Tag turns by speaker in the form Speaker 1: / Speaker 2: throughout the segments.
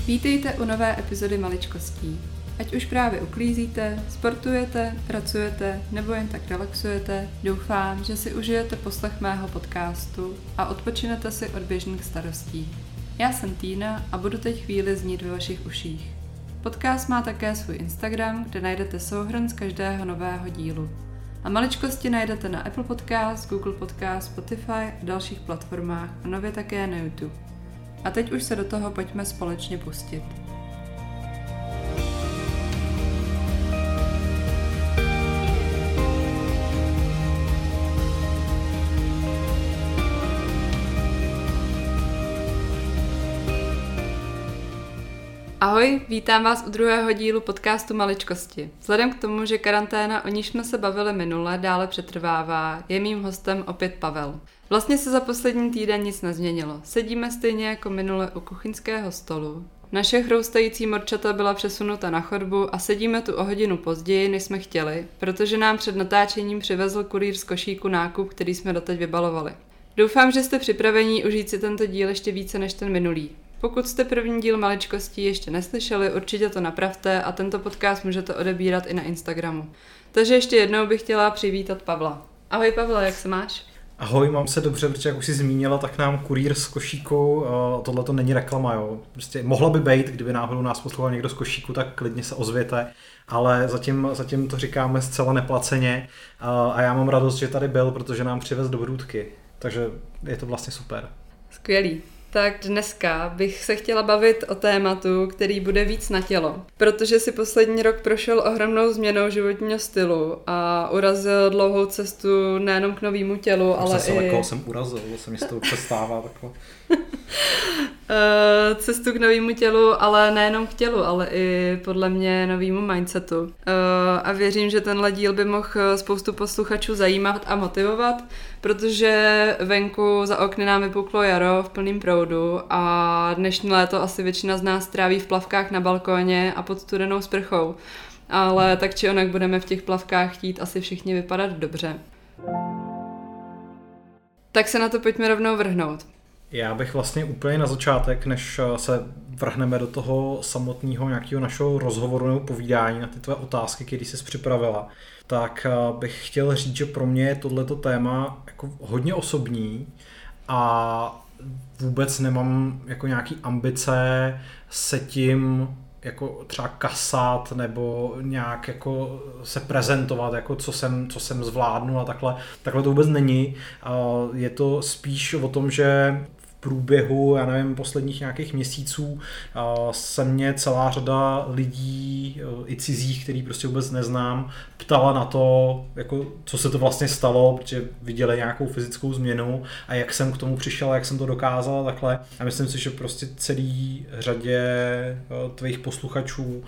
Speaker 1: Vítejte u nové epizody Maličkostí. Ať už právě uklízíte, sportujete, pracujete nebo jen tak relaxujete, doufám, že si užijete poslech mého podcastu a odpočinete si od běžných starostí. Já jsem Týna a budu teď chvíli znít ve vašich uších. Podcast má také svůj Instagram, kde najdete souhrn z každého nového dílu. A Maličkosti najdete na Apple Podcast, Google Podcast, Spotify a dalších platformách a nově také na YouTube. A teď už se do toho pojďme společně pustit. Ahoj, vítám vás u druhého dílu podcastu Maličkosti. Vzhledem k tomu, že karanténa, o níž jsme se bavili minule, dále přetrvává, je mým hostem opět Pavel. Vlastně se za poslední týden nic nezměnilo. Sedíme stejně jako minule u kuchyňského stolu. Naše chroustající morčata byla přesunuta na chodbu a sedíme tu o hodinu později, než jsme chtěli, protože nám před natáčením přivezl kurýr z košíku nákup, který jsme doteď vybalovali. Doufám, že jste připraveni užít si tento díl ještě více než ten minulý. Pokud jste první díl Maličkostí ještě neslyšeli, určitě to napravte a tento podcast můžete odebírat i na Instagramu. Takže ještě jednou bych chtěla přivítat Pavla. Ahoj Pavle, jak se máš?
Speaker 2: Ahoj, mám se dobře, protože jak už jsi zmínila, tak nám kurýr z košíku, tohle to není reklama, jo. Prostě mohla by být, kdyby náhodou nás poslouchal někdo z košíku, tak klidně se ozvěte, ale zatím to říkáme zcela neplaceně a já mám radost, že tady byl, protože nám přivez dobrůdky, takže je to vlastně super.
Speaker 1: Skvělý. Tak dneska bych se chtěla bavit o tématu, který bude víc na tělo. Protože si poslední rok prošel ohromnou změnou životního stylu a urazil dlouhou cestu nejenom k novému tělu, ale i...
Speaker 2: jsem urazil, se mi z toho přestává takhle.
Speaker 1: Cestu k novému tělu, ale nejenom k tělu, ale i podle mě novému mindsetu. A věřím, že tenhle díl by mohl spoustu posluchačů zajímat a motivovat, protože venku za okny nám vypuklo jaro v plném proudu a dnešní léto asi většina z nás tráví v plavkách na balkóně a pod studenou sprchou. Ale tak či onak budeme v těch plavkách chtít asi všichni vypadat dobře. Tak se na to pojďme rovnou vrhnout.
Speaker 2: Já bych vlastně úplně na začátek, než se vrhneme do toho samotného nějakého našeho rozhovoru nebo povídání na ty tvé otázky, které jsi připravila, tak bych chtěl říct, že pro mě je tohleto téma jako hodně osobní a vůbec nemám jako nějaký ambice se tím jako třeba kasat nebo nějak jako se prezentovat, jako co jsem zvládnul a takhle to vůbec není. Je to spíš o tom, že v průběhu, já nevím, posledních nějakých měsíců se mě celá řada lidí, i cizích, který prostě vůbec neznám, ptala na to, jako, co se to vlastně stalo, protože viděli nějakou fyzickou změnu a jak jsem k tomu přišel, jak jsem to dokázal a takhle. A myslím si, že prostě celý řadě tvých posluchačů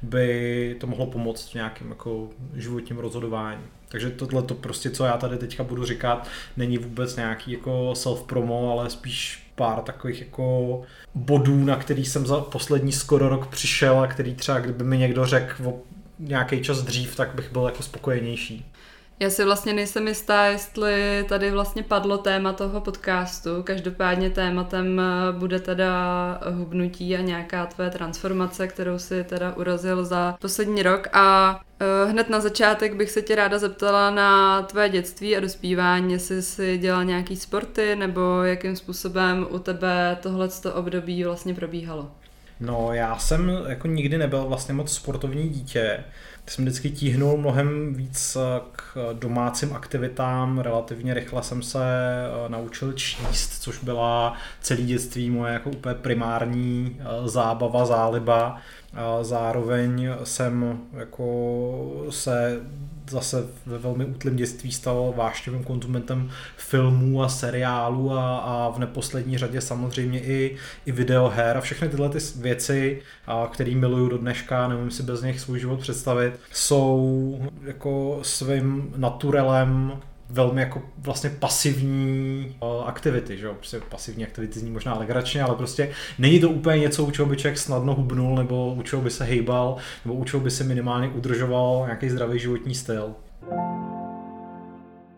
Speaker 2: by to mohlo pomoct v nějakém jako životním rozhodování. Takže tohle to prostě, co já tady teďka budu říkat, není vůbec nějaký jako self-promo, ale spíš pár takových jako bodů, na který jsem za poslední skoro rok přišel a který třeba, kdyby mi někdo řekl o nějaký čas dřív, tak bych byl jako spokojenější.
Speaker 1: Já si vlastně nejsem jistá, jestli tady vlastně padlo téma toho podcastu. Každopádně tématem bude teda hubnutí a nějaká tvé transformace, kterou si teda urazil za poslední rok. A hned na začátek bych se tě ráda zeptala na tvé dětství a dospívání, jestli jsi dělal nějaký sporty nebo jakým způsobem u tebe tohleto období vlastně probíhalo.
Speaker 2: No, já jsem jako nikdy nebyl vlastně moc sportovní dítě. Jsem vždycky tíhnul mnohem víc k domácím aktivitám, relativně rychle jsem se naučil číst, což byla celé dětství moje jako úplně primární zábava, záliba. Zároveň jsem jako se zase ve velmi útlém dětství stal vášnivým konzumentem filmů a seriálů a v neposlední řadě samozřejmě i videoher a všechny tyhle ty věci, které miluju do dneška, nevím si bez nich svůj život představit, jsou jako svým naturelem velmi jako vlastně pasivní aktivity, že jo? Prostě pasivní aktivity zní možná legračně, ale prostě není to úplně něco, u čeho by člověk snadno hubnul, nebo u čeho by se hejbal, nebo u čeho by se minimálně udržoval nějaký zdravý životní styl.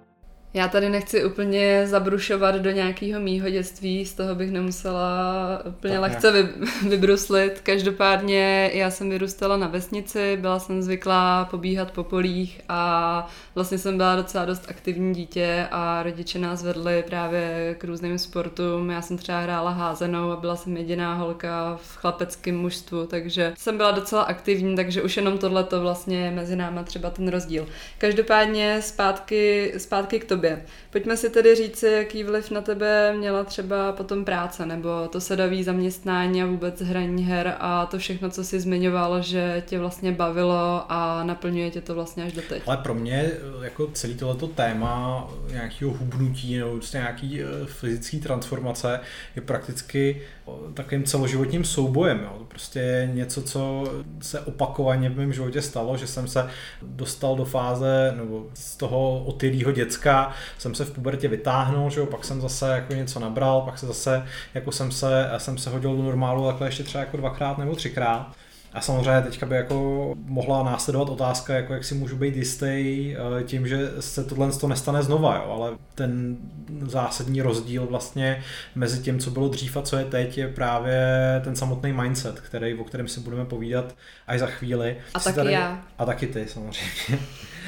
Speaker 1: Já tady nechci úplně zabrušovat do nějakého mýho dětství, z toho bych nemusela úplně lehce vybruslit. Každopádně já jsem vyrůstala na vesnici, byla jsem zvyklá pobíhat po polích a vlastně jsem byla docela dost aktivní dítě a rodiče nás vedli právě k různým sportům. Já jsem třeba hrála házenou a byla jsem jediná holka v chlapeckém mužstvu, takže jsem byla docela aktivní, takže už jenom tohleto vlastně mezi náma třeba ten rozdíl. Každopádně zpátky k tobě. Pojďme si tedy říci, jaký vliv na tebe měla třeba potom práce, nebo to sedavý zaměstnání a vůbec hraní her a to všechno, co jsi zmiňoval, že tě vlastně bavilo a naplňuje tě to vlastně až doteď.
Speaker 2: Ale pro mě jako celý tohleto téma nějakého hubnutí nebo prostě nějaký fyzický transformace je prakticky takovým celoživotním soubojem. Jo. To prostě je něco, co se opakovaně v mém životě stalo, že jsem se dostal do fáze nebo z toho otylýho děcka jsem se v pubertě vytáhnul, že jo, pak jsem zase jako něco nabral, pak se zase jako jsem se hodil do normálu takhle ještě třeba jako 2x nebo 3x. A samozřejmě teďka by jako mohla následovat otázka, jako jak si můžu být jistý tím, že se tohle nestane znova, jo? Ale ten zásadní rozdíl vlastně mezi tím, co bylo dřív a co je teď, je právě ten samotný mindset, o kterém si budeme povídat až za chvíli.
Speaker 1: A taky tady, já.
Speaker 2: A taky ty samozřejmě.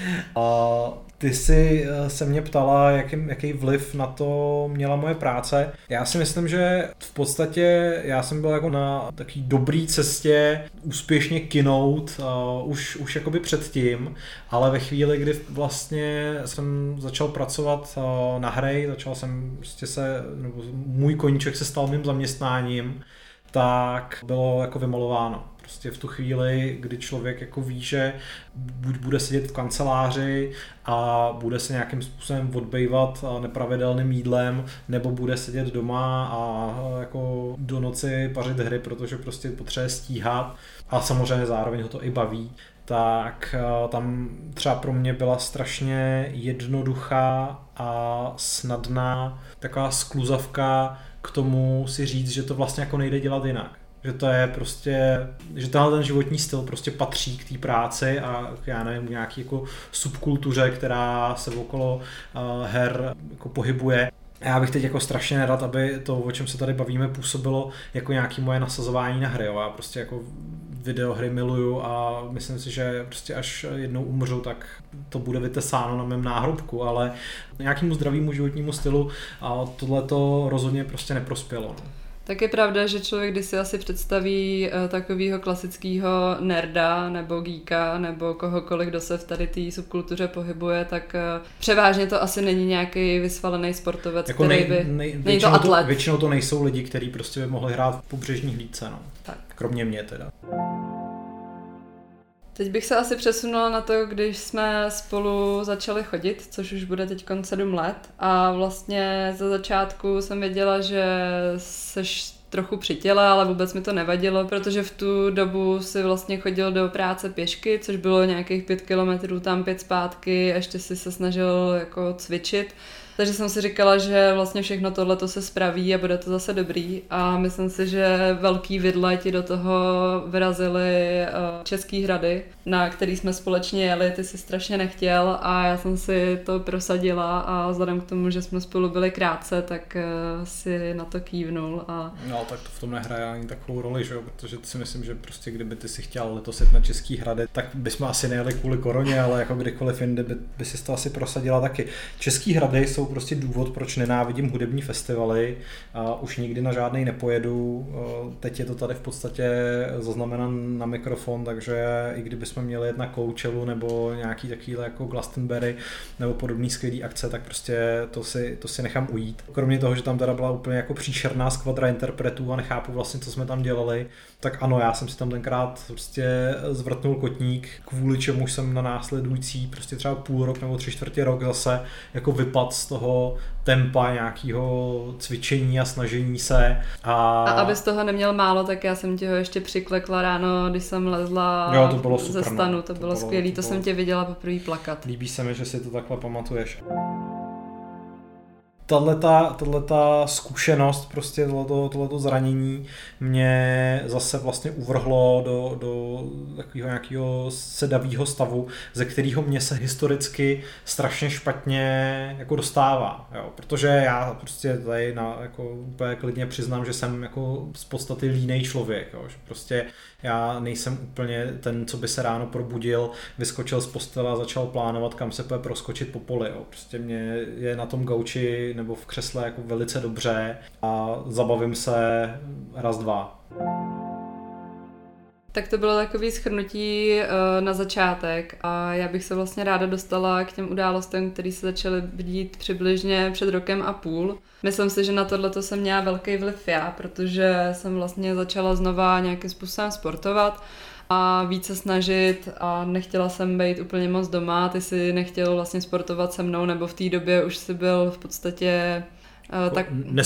Speaker 2: A ty jsi se mě ptala, jaký vliv na to měla moje práce. Já si myslím, že v podstatě já jsem byl jako na taký dobrý cestě úspěšně kinout už jakoby předtím, ale ve chvíli, kdy vlastně jsem začal pracovat na hry, začal jsem prostě nebo můj koníček se stal mým zaměstnáním, tak bylo jako vymalováno. Prostě v tu chvíli, kdy člověk jako ví, že buď bude sedět v kanceláři a bude se nějakým způsobem odbejvat nepravidelným jídlem, nebo bude sedět doma a jako do noci pařit hry, protože prostě potřebuje stíhat a samozřejmě zároveň ho to i baví, tak tam třeba pro mě byla strašně jednoduchá a snadná taková skluzavka k tomu si říct, že to vlastně jako nejde dělat jinak. Že to je prostě, že tenhle ten životní styl prostě patří k té práci a já nevím, nějaký jako subkultuře, která se okolo her jako pohybuje. Já bych teď jako strašně nerad, aby to, o čem se tady bavíme, působilo jako nějaké moje nasazování na hry. Jo. Já prostě jako videohry miluju a myslím si, že prostě až jednou umřu, tak to bude vytesáno na mém náhrobku, ale nějakému zdravému životnímu stylu a tohle to rozhodně prostě neprospělo. No.
Speaker 1: Tak je pravda, že člověk, když si asi představí takového klasického nerda nebo geeka nebo kohokoliv, kdo se v tady té subkultuře pohybuje, tak převážně to asi není nějaký vysvalený sportovec, jako který není to atlet.
Speaker 2: Většinou to nejsou lidi, kteří prostě by mohli hrát v pobřežní hlídce, no.
Speaker 1: Tak.
Speaker 2: Kromě mě teda.
Speaker 1: Teď bych se asi přesunula na to, když jsme spolu začali chodit, což už bude teď 7 let a vlastně za začátku jsem věděla, že seš trochu při těle, ale vůbec mi to nevadilo, protože v tu dobu si vlastně chodil do práce pěšky, což bylo nějakých 5 kilometrů tam 5 zpátky, ještě si se snažil jako cvičit. Takže jsem si říkala, že vlastně všechno tohleto se spraví a bude to zase dobrý a myslím si, že velký vidle ti do toho vyrazily Český Hrady, na který jsme společně jeli, ty jsi strašně nechtěl a já jsem si to prosadila a vzhledem k tomu, že jsme spolu byli krátce, tak si na to kývnul.
Speaker 2: No tak to v tom nehraje ani takovou roli, že jo? Protože si myslím, že prostě kdyby ty si chtěl letos jet na Český Hrady, tak bychom asi nejeli kvůli koroně, ale jako kdykoliv jinde by si to asi prosadila taky. Český Hrady jsou prostě důvod, proč nenávidím hudební festivaly a už nikdy na žádnej nepojedu. Teď je to tady v podstatě zaznamenan na mikrofon, takže i kdybychom měli jet na Coachellalu nebo nějaký takovýhle jako Glastonbury nebo podobný skvělý akce, tak prostě to si nechám ujít. Kromě toho, že tam teda byla úplně jako příšerná skvadra interpretů a nechápu vlastně, co jsme tam dělali, tak ano, já jsem si tam tenkrát prostě zvrtnul kotník, kvůli čemu jsem na následující prostě třeba půl rok nebo 3/4 rok zase jako vypad z toho tempa nějakého cvičení a snažení se. A
Speaker 1: abys toho neměl málo, tak já jsem tě ho ještě přiklekla ráno, když jsem lezla ze stanu, to bylo skvělý, to jsem tě viděla poprvé plakat.
Speaker 2: Líbí se mi, že si to takhle pamatuješ. tato zkušenost, prostě tohleto zranění mě zase vlastně uvrhlo do takového nějakého sedavého stavu, ze kterého mě se historicky strašně špatně jako dostává, jo? Protože já prostě tady jako úplně klidně přiznám, že jsem jako z podstaty línej člověk, jo? Že prostě já nejsem úplně ten, co by se ráno probudil, vyskočil z postele a začal plánovat, kam se půjde proskočit po poli. Jo. Prostě mě je na tom gauči nebo v křesle jako velice dobře a zabavím se raz, dva.
Speaker 1: Tak to bylo takový shrnutí na začátek a já bych se vlastně ráda dostala k těm událostem, které se začaly dít přibližně před rokem a půl. Myslím si, že na tohleto jsem měla velký vliv já, protože jsem vlastně začala znova nějakým způsobem sportovat a více snažit a nechtěla jsem být úplně moc doma, ty si nechtěl vlastně sportovat se mnou, nebo v té době už si byl v podstatě tak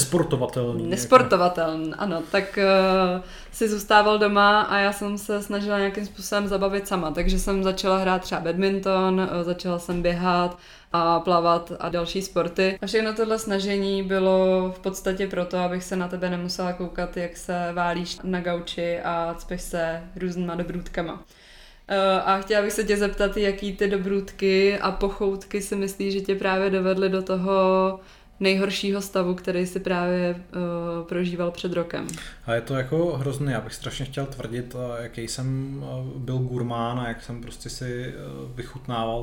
Speaker 1: nesportovatelný, ano, tak si zůstával doma a já jsem se snažila nějakým způsobem zabavit sama, takže jsem začala hrát třeba badminton, začala jsem běhat a plavat a další sporty. A všechno tohle snažení bylo v podstatě proto, abych se na tebe nemusela koukat, jak se válíš na gauči a cpeš se různýma dobrůdkama. A chtěla bych se tě zeptat, jaký ty dobrůdky a pochoutky si myslíš, že tě právě dovedly do toho nejhoršího stavu, který si právě prožíval před rokem.
Speaker 2: A je to jako hrozný, já bych strašně chtěl tvrdit, jaký jsem byl gurmán a jak jsem prostě si vychutnával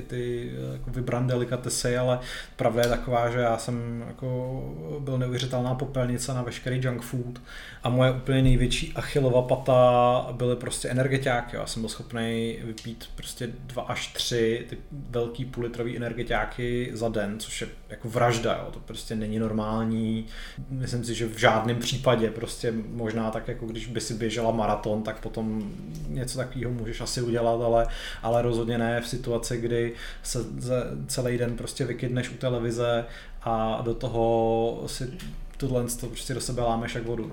Speaker 2: ty jako vybrané delikatesy, ale pravda je taková, že já jsem jako byl neuvěřitelná popelnice na veškerý junk food a moje úplně největší achillova pata byly prostě energetiáky. Já jsem byl schopný vypít prostě 2 až 3 ty velký půllitrový energetiáky za den, což je jako vražda. Jo. To prostě není normální. Myslím si, že v žádném případě prostě možná tak jako když by si běžela maraton, tak potom něco takového můžeš asi udělat, ale rozhodně ne v situaci, kdy se celý den prostě vykydneš u televize a do toho si tohle prostě do sebe lámeš jak vodu. No.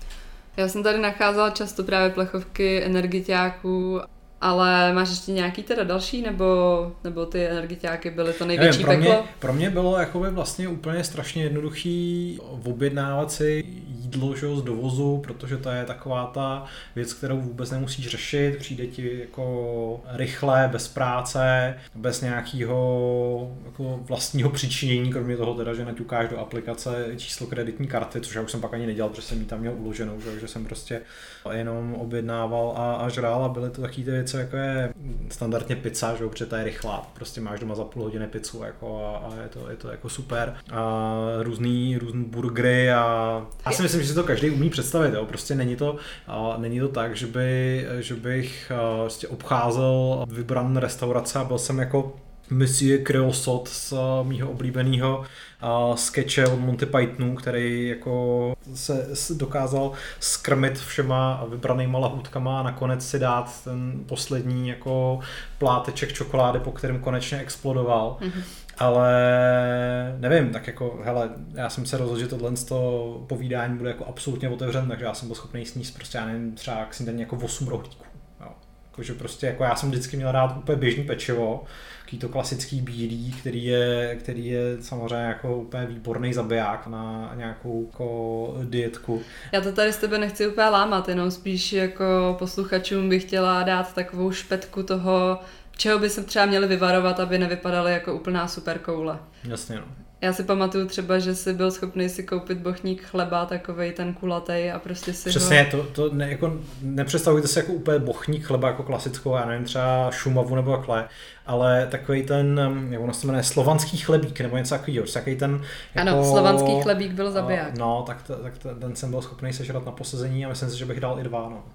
Speaker 1: Já jsem tady nacházela často právě plechovky energetiáků, ale máš ještě nějaký teda další, nebo ty energetiáky byly to největší peklo?
Speaker 2: Pro mě bylo jakoby vlastně úplně strašně jednoduchý objednávat si jídlo, že, z dovozu, protože to je taková ta věc, kterou vůbec nemusíš řešit, přijde ti jako rychle, bez práce, bez nějakého jako vlastního přičinění, kromě toho teda, že naťukáš do aplikace číslo kreditní karty, což já už jsem pak ani nedělal, protože jsem ji tam měl uloženou, že jsem prostě jenom objednával a žrál a byly to taky ty věci, jako je standardně pizza, že, protože ta je rychlá, prostě máš doma za půl hodiny pizzu jako, a je to jako super. A různý burgery a já si myslím, že si to každý umí představit, jo. Prostě není to tak, že bych prostě obcházel vybrané restaurace a byl jsem jako Monsieur Creosote z mýho oblíbeného skeče od Monty Pythonu, který jako se dokázal skrmit všema vybranýma lahůdkama a nakonec si dát ten poslední jako pláteček čokolády, po kterém konečně explodoval. Mm-hmm. Ale nevím, tak jako, hele, já jsem se rozhodl, že tohle povídání bude jako absolutně otevřen, takže já jsem byl schopný sníst prostě, já nevím, třeba jak jsem ten jako 8 rohlíků. Jakože prostě jako já jsem vždycky měl rád úplně běžný pečivo, takový to klasický bílý, který je samozřejmě jako úplně výborný zabiják na nějakou jako dietku.
Speaker 1: Já to tady z tebe nechci úplně lámat, jenom spíš jako posluchačům bych chtěla dát takovou špetku toho, čeho by se třeba měli vyvarovat, aby nevypadaly jako úplná super koule.
Speaker 2: Jasně, no.
Speaker 1: Já si pamatuju třeba, že jsi byl schopný si koupit bochník chleba, takovej ten kulatej a prostě si
Speaker 2: přesně, to ne, jako nepředstavujte si jako úplně bochník chleba jako klasickou, já nevím, třeba Šumavu nebo takhle, ale takovej ten, jak ono se jmenuje, slovanský chlebík nebo něco takového, takový ten jako,
Speaker 1: ano, slovanský chlebík byl zabiják.
Speaker 2: No, tak ten jsem byl schopný sežrat na posezení a myslím si, že bych dal i 2, no.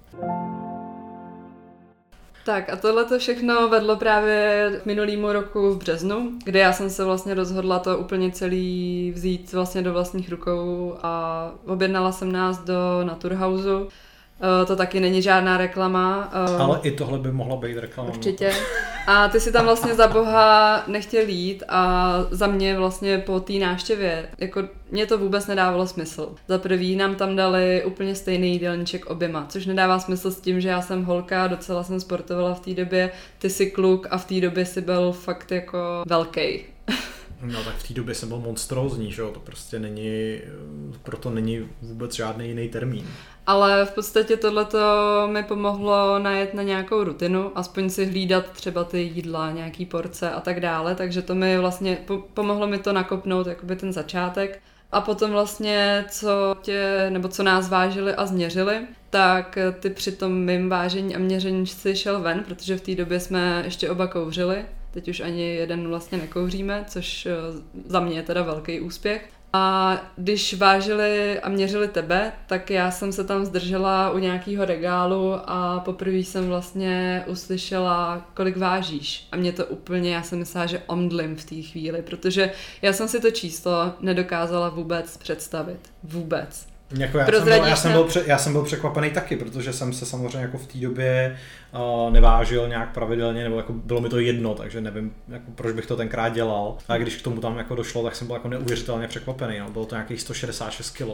Speaker 1: Tak a tohle to všechno vedlo právě k minulýmu roku v březnu, kde já jsem se vlastně rozhodla to úplně celý vzít vlastně do vlastních rukou a objednala jsem nás do Naturhausu. To taky není žádná reklama.
Speaker 2: Ale i tohle by mohla být reklama.
Speaker 1: Určitě. A ty si tam vlastně za boha nechtěl jít a za mě vlastně po té návštěvě, jako mě to vůbec nedávalo smysl. Za prvý nám tam dali úplně stejný jídelníček oběma, což nedává smysl s tím, že já jsem holka, docela jsem sportovala v té době, ty jsi kluk a v té době si byl fakt jako velký.
Speaker 2: No tak v té době jsem byl monstrózní, že jo, to prostě není, proto není vůbec žádný jiný termín.
Speaker 1: Ale v podstatě tohleto mi pomohlo najet na nějakou rutinu, aspoň si hlídat třeba ty jídla, nějaký porce a tak dále, takže to mi vlastně pomohlo mi to nakopnout jakoby ten začátek. A potom vlastně, co nás vážili a změřili, tak ty při tom mým vážení a měření si šel ven, protože v té době jsme ještě oba kouřili. Teď už ani jeden vlastně nekouříme, což za mě je teda velký úspěch. A když vážili a měřili tebe, tak já jsem se tam zdržela u nějakého regálu a poprvé jsem vlastně uslyšela, kolik vážíš. A mě to úplně, já jsem myslela, že omdlím v té chvíli, protože já jsem si to číslo nedokázala vůbec představit. Vůbec.
Speaker 2: Jako já jsem byl překvapený taky, protože jsem se samozřejmě jako v té době nevážil nějak pravidelně, nebo jako bylo mi to jedno, takže nevím, jako proč bych to tenkrát dělal. A když k tomu tam jako došlo, tak jsem byl jako neuvěřitelně překvapený. No. Bylo to nějakých 166 kg.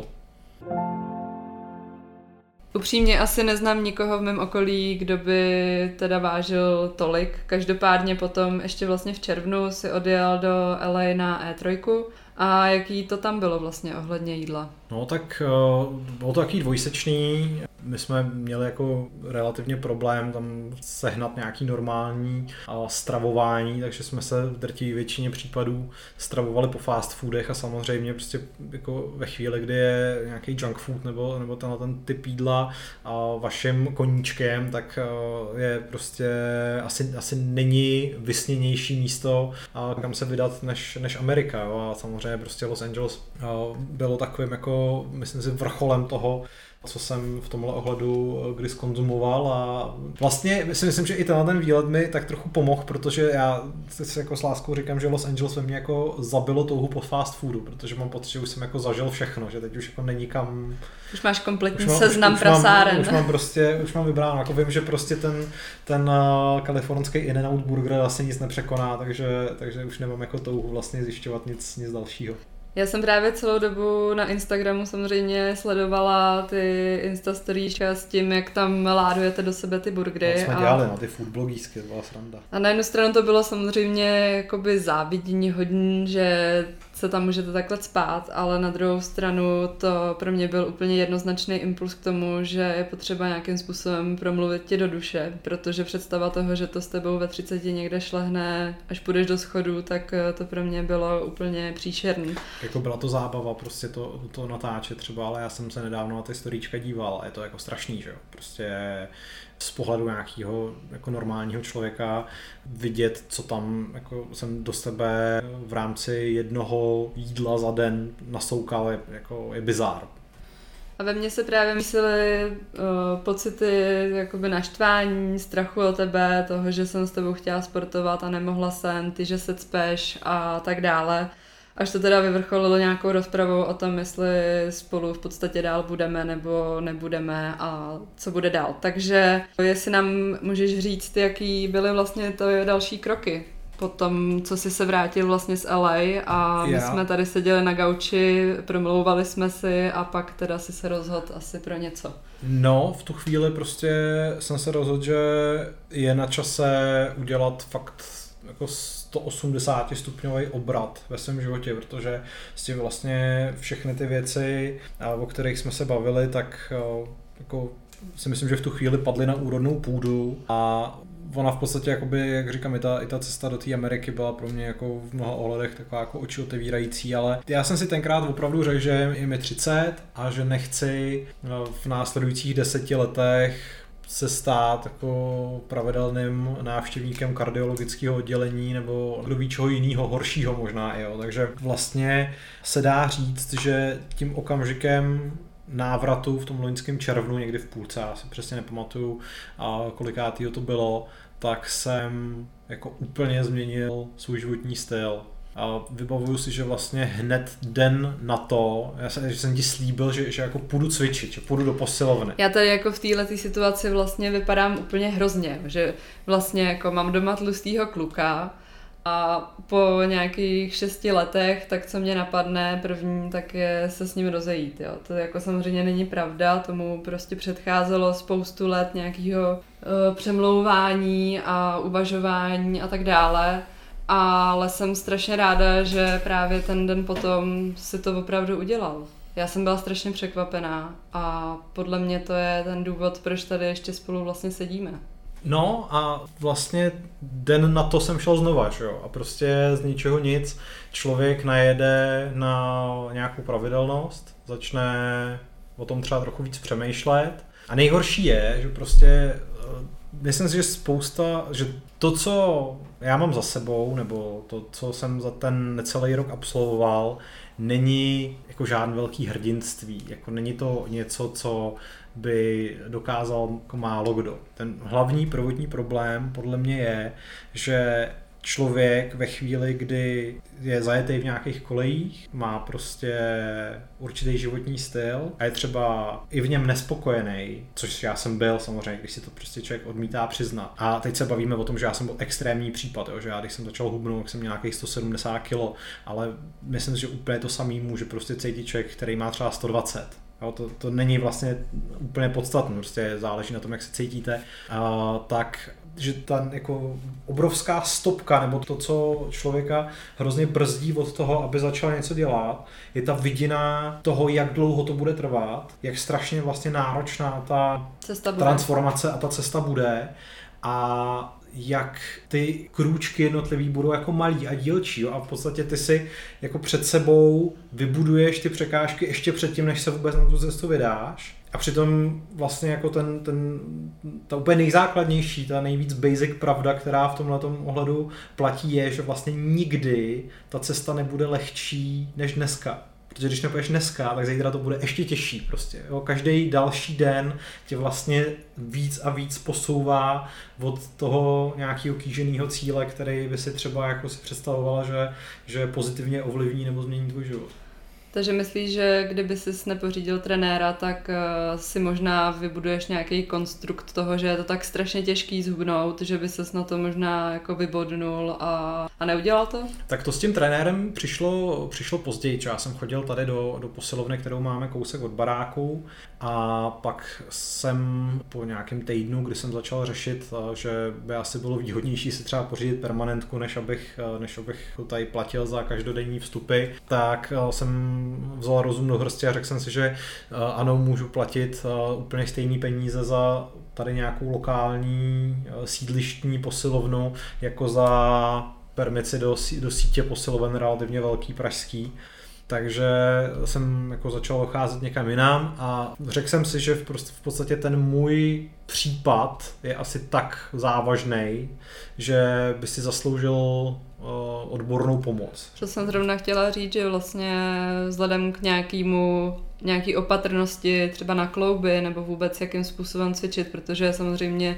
Speaker 1: Upřímně asi neznám nikoho v mém okolí, kdo by teda vážil tolik. Každopádně potom ještě vlastně v červnu si odjel do LA na E3. A jaký to tam bylo vlastně ohledně jídla?
Speaker 2: No tak bylo to takový dvojsečný. My jsme měli jako relativně problém tam sehnat nějaký normální stravování, takže jsme se v drtivé většině případů stravovali po fast foodech a samozřejmě prostě jako ve chvíli, kdy je nějaký junk food nebo ten typ jídla vaším koníčkem, tak je prostě asi není vysněnější místo, kam se vydat než Amerika. Jo? A samozřejmě prostě Los Angeles bylo takovým jako, myslím si, vrcholem toho, co jsem v tomhle ohledu kdy zkonzumoval a vlastně si myslím, že i ten výlet mi tak trochu pomohl, protože já si jako s láskou říkám, že Los Angeles ve mně jako zabilo touhu po fast foodu, protože mám pocit, že už jsem jako zažil všechno, že teď už jako není kam...
Speaker 1: Už máš kompletní seznam prasáren.
Speaker 2: Už mám vybráno, jako vím, že prostě ten kalifornský In-N-Out burger asi nic nepřekoná, takže už nemám jako touhu vlastně zjišťovat nic dalšího.
Speaker 1: Já jsem právě celou dobu na Instagramu samozřejmě sledovala ty Instastoríčka s tím, jak tam ládujete do sebe ty burgery.
Speaker 2: To jsme dělali, ty food blogísky, to byla sranda.
Speaker 1: A na jednu stranu to bylo samozřejmě jakoby závidění hodně, že se tam můžete takhle spát, ale na druhou stranu to pro mě byl úplně jednoznačný impuls k tomu, že je potřeba nějakým způsobem promluvit ti do duše, protože představa toho, že to s tebou ve 30 někde šlehne, až půjdeš do schodu, tak to pro mě bylo úplně příšerný.
Speaker 2: Jako byla to zábava prostě to natáčet třeba, ale já jsem se nedávno na ty storíčka díval a je to jako strašný, že jo, prostě z pohledu nějakého jako normálního člověka vidět, co tam jako jsem do sebe v rámci jednoho jídla za den nasoukal, je bizár.
Speaker 1: A ve mně se právě myslely pocity jakoby naštvání, strachu o tebe, toho, že jsem s tebou chtěla sportovat a nemohla jsem, ty, že se cpeš a tak dále. Až to teda vyvrcholilo nějakou rozpravou o tom, jestli spolu v podstatě dál budeme nebo nebudeme a co bude dál. Takže jestli nám můžeš říct, jaký byly vlastně to další kroky po tom, co jsi se vrátil vlastně z LA a my jsme tady seděli na gauči, promlouvali jsme si a pak teda si se rozhodl asi pro něco.
Speaker 2: No, v tu chvíli prostě jsem se rozhodl, že je na čase udělat fakt jako 180 stupňový obrat ve svém životě, protože si vlastně všechny ty věci, o kterých jsme se bavili, tak jako si myslím, že v tu chvíli padly na úrodnou půdu a ona v podstatě, jakoby, jak říkám, i ta cesta do té Ameriky byla pro mě jako v mnoha ohledech taková jako oči otevírající, ale já jsem si tenkrát opravdu řekl, že je mi 30 a že nechci v následujících 10 letech se stát jako pravidelným návštěvníkem kardiologického oddělení nebo kdo ví čeho jiného, horšího možná, jo. Takže vlastně se dá říct, že tím okamžikem návratu v tom loňském červnu, někdy v půlce, já si přesně nepamatuju, kolikátýho to bylo, tak jsem jako úplně změnil svůj životní styl. A vybavuju si, že vlastně hned den na to, že jsem ti slíbil, že jako půjdu cvičit, že půjdu do posilovny.
Speaker 1: Já tady jako v této situaci vlastně vypadám úplně hrozně, že vlastně jako mám doma tlustýho kluka a po nějakých 6 letech, tak co mě napadne první, tak je se s ním rozejít. Jo. To jako samozřejmě není pravda, tomu prostě předcházelo spoustu let nějakého přemlouvání a uvažování a tak dále. ale jsem strašně ráda, že právě ten den potom si to opravdu udělal. Já jsem byla strašně překvapená a podle mě to je ten důvod, proč tady ještě spolu vlastně sedíme.
Speaker 2: No a vlastně den na to jsem šel znova, že jo? A prostě z ničeho nic člověk najede na nějakou pravidelnost, začne o tom třeba trochu víc přemýšlet. A nejhorší je, že prostě myslím si, že to, co já mám za sebou, nebo to, co jsem za ten necelý rok absolvoval, není jako žádný velký hrdinství. Jako není to něco, co by dokázal jako málo kdo. Ten hlavní prvotní problém podle mě je, že člověk ve chvíli, kdy je zajetý v nějakých kolejích, má prostě určitý životní styl a je třeba i v něm nespokojený, což já jsem byl samozřejmě, když si to prostě člověk odmítá přiznat. A teď se bavíme o tom, že já jsem byl extrémní případ, jo, že já když jsem začal hubnout, tak jsem měl nějakých 170 kg, ale myslím si, že úplně to samý může prostě cítit člověk, který má třeba 120. Jo, to není vlastně úplně podstatné, prostě záleží na tom, jak se cítíte, tak že ta jako obrovská stopka, nebo to, co člověka hrozně brzdí od toho, aby začal něco dělat, je ta vidina toho, jak dlouho to bude trvat, jak strašně vlastně náročná ta transformace a ta cesta bude a jak ty krůčky jednotlivý budou jako malý a dílčí, jo? A v podstatě ty si jako před sebou vybuduješ ty překážky ještě předtím, než se vůbec na tu cestu vydáš. A přitom vlastně jako ta úplně nejzákladnější, ta nejvíc basic pravda, která v tomhletom ohledu platí, je, že vlastně nikdy ta cesta nebude lehčí než dneska. Protože když nepůjdeš dneska, tak zítra to bude ještě těžší prostě. Jo? Každý další den tě vlastně víc a víc posouvá od toho nějakého kýženého cíle, který by si třeba jako si představovala, že pozitivně ovlivní nebo změní tvůj život.
Speaker 1: Takže myslíš, že kdyby jsi nepořídil trenéra, tak si možná vybuduješ nějaký konstrukt toho, že je to tak strašně těžký zhubnout, že by ses na to možná jako vybodnul a neudělal to?
Speaker 2: Tak to s tím trenérem přišlo později. Já jsem chodil tady do posilovny, kterou máme kousek od baráku a pak jsem po nějakém týdnu, kdy jsem začal řešit, že by asi bylo výhodnější si třeba pořídit permanentku, než abych tady platil za každodenní vstupy, tak jsem vzal rozum do hrsti a řekl jsem si, že ano, můžu platit úplně stejný peníze za tady nějakou lokální sídlištní posilovnu, jako za permici do sítě posiloven relativně velký pražský. Takže jsem jako začal docházet někam jinam a řekl jsem si, že v podstatě ten můj případ je asi tak závažný, že by si zasloužil odbornou pomoc.
Speaker 1: To jsem zrovna chtěla říct, že vlastně vzhledem k nějaký opatrnosti třeba na klouby nebo vůbec jakým způsobem cvičit, protože samozřejmě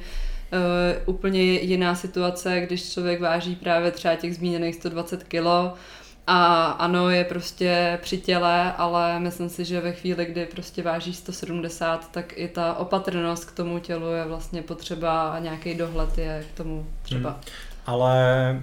Speaker 1: úplně jiná situace, když člověk váží právě třeba těch zmíněných 120 kg a ano, je prostě při těle, ale myslím si, že ve chvíli, kdy prostě váží 170, tak i ta opatrnost k tomu tělu je vlastně potřeba a nějaký dohled je k tomu třeba.
Speaker 2: Ale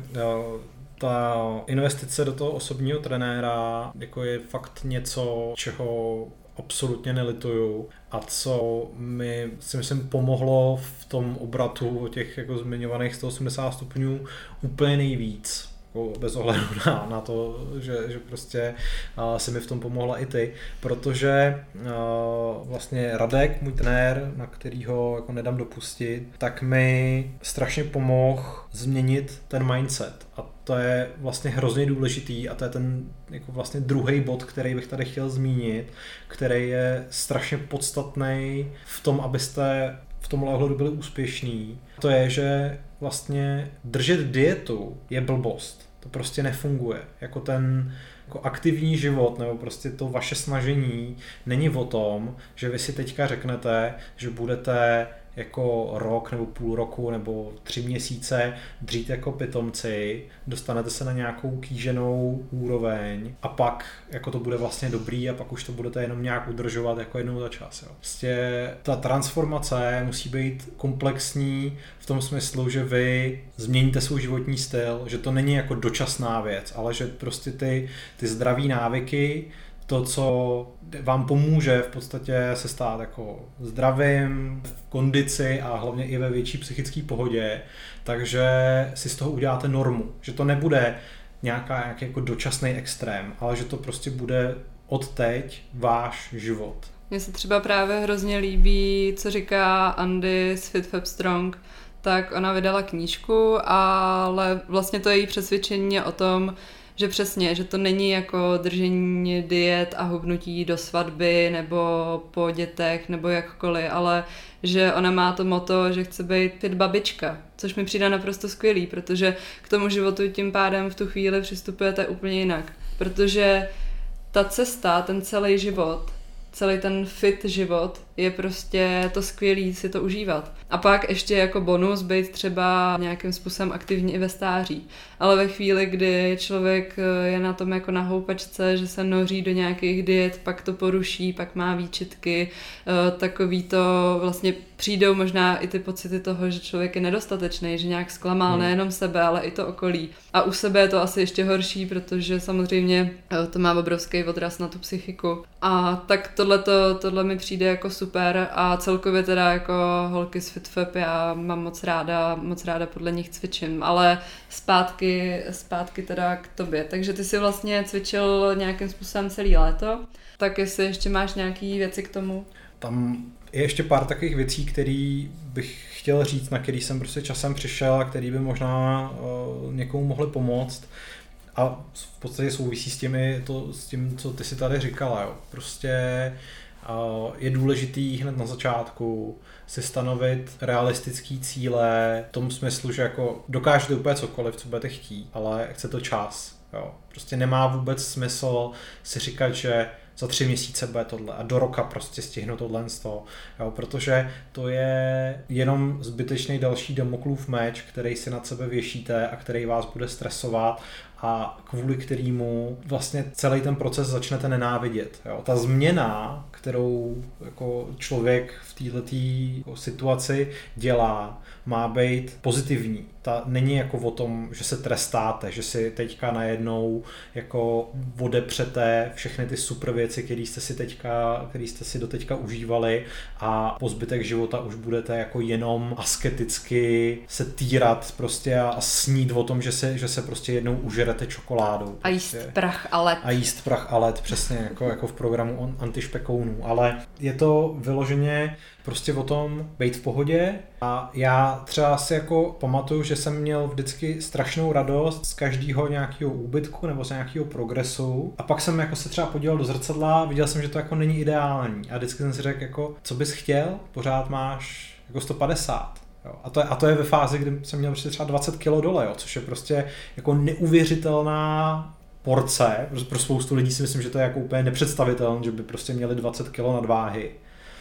Speaker 2: ta investice do toho osobního trenéra jako je fakt něco, čeho absolutně nelituju a co mi si myslím pomohlo v tom obratu o těch jako zmiňovaných 180 stupňů úplně nejvíc. Bez ohledu na to, že prostě si mi v tom pomohla i ty, protože vlastně Radek, můj trenér, na kterýho jako nedám dopustit, tak mi strašně pomohl změnit ten mindset a to je vlastně hrozně důležitý a to je ten jako vlastně druhý bod, který bych tady chtěl zmínit, který je strašně podstatný v tom, abyste v tomhle ohledu byli úspěšní. To je, že vlastně držet dietu je blbost. To prostě nefunguje. Jako ten jako aktivní život nebo prostě to vaše snažení není o tom, že vy si teďka řeknete, že budete jako rok nebo půl roku nebo 3 měsíce dřít jako pitomci, dostanete se na nějakou kýženou úroveň a pak jako to bude vlastně dobrý a pak už to budete jenom nějak udržovat jako jednou za čas. Jo. Prostě ta transformace musí být komplexní v tom smyslu, že vy změníte svůj životní styl, že to není jako dočasná věc, ale že prostě ty zdraví návyky, to, co vám pomůže v podstatě se stát jako zdravým, v kondici a hlavně i ve větší psychické pohodě, takže si z toho uděláte normu, že to nebude nějaký jako dočasný extrém, ale že to prostě bude odteď váš život.
Speaker 1: Mně se třeba právě hrozně líbí, co říká Andy z Fit Fab Strong, tak ona vydala knížku, ale vlastně to její přesvědčení je o tom, že přesně, že to není jako držení diet a hubnutí do svatby nebo po dětech nebo jakkoliv, ale že ona má to motto, že chce být fit babička, což mi přijde naprosto skvělý, protože k tomu životu tím pádem v tu chvíli přistupujete úplně jinak, protože ta cesta, ten celý život, celý ten fit život je prostě to skvělý si to užívat. A pak ještě jako bonus být třeba nějakým způsobem aktivní i ve stáří. Ale ve chvíli, kdy člověk je na tom jako na houpačce, že se noří do nějakých diet, pak to poruší, pak má výčitky, takový to vlastně přijdou možná i ty pocity toho, že člověk je nedostatečný, že nějak zklamal nejenom sebe, ale i to okolí. A u sebe je to asi ještě horší, protože samozřejmě to má obrovský odraz na tu psychiku. A tak tohle mi přijde jako super a celkově teda jako holky z FitFab já mám moc ráda podle nich cvičím, ale zpátky teda k tobě. Takže ty si vlastně cvičil nějakým způsobem celý léto, tak jestli ještě máš nějaký věci k tomu?
Speaker 2: Tam je ještě pár takových věcí, které bych chtěl říct, na který jsem prostě časem přišel a který by možná někomu mohly pomoct. A v podstatě souvisí s tím, co ty si tady říkala. Jo. Prostě je důležitý hned na začátku si stanovit realistický cíle v tom smyslu, že jako dokážete úplně cokoliv, co budete chtít, ale chce to čas. Jo. Prostě nemá vůbec smysl si říkat, že za 3 měsíce bude tohle a do roka prostě stihnu tohle z toho, jo, protože to je jenom zbytečný další Damoklův meč, který si nad sebe věšíte a který vás bude stresovat a kvůli kterému vlastně celý ten proces začnete nenávidět. Jo. Ta změna, kterou jako člověk v této situaci dělá, má být pozitivní. Ta není jako o tom, že se trestáte, že si teďka najednou jako odepřete všechny ty super věci, které jste si doteďka užívali a po zbytek života už budete jako jenom asketicky se týrat prostě a snít o tom, že se prostě jednou užerete čokoládou.
Speaker 1: A jíst prach a led.
Speaker 2: A jíst prach a led, přesně jako v programu antišpekounů. Ale je to vyloženě prostě o tom být v pohodě a já třeba si jako pamatuju, že jsem měl vždycky strašnou radost z každého nějakého úbytku nebo z nějakého progresu a pak jsem jako se třeba podíval do zrcadla, viděl jsem, že to jako není ideální a vždycky jsem si řekl jako, co bys chtěl, pořád máš jako 150. Jo. A to je ve fázi, kdy jsem měl prostě třeba 20 kg dole, jo, což je prostě jako neuvěřitelná porce. Pro spoustu lidí si myslím, že to je jako úplně nepředstavitelné, že by prostě měli 20 kg nadváhy.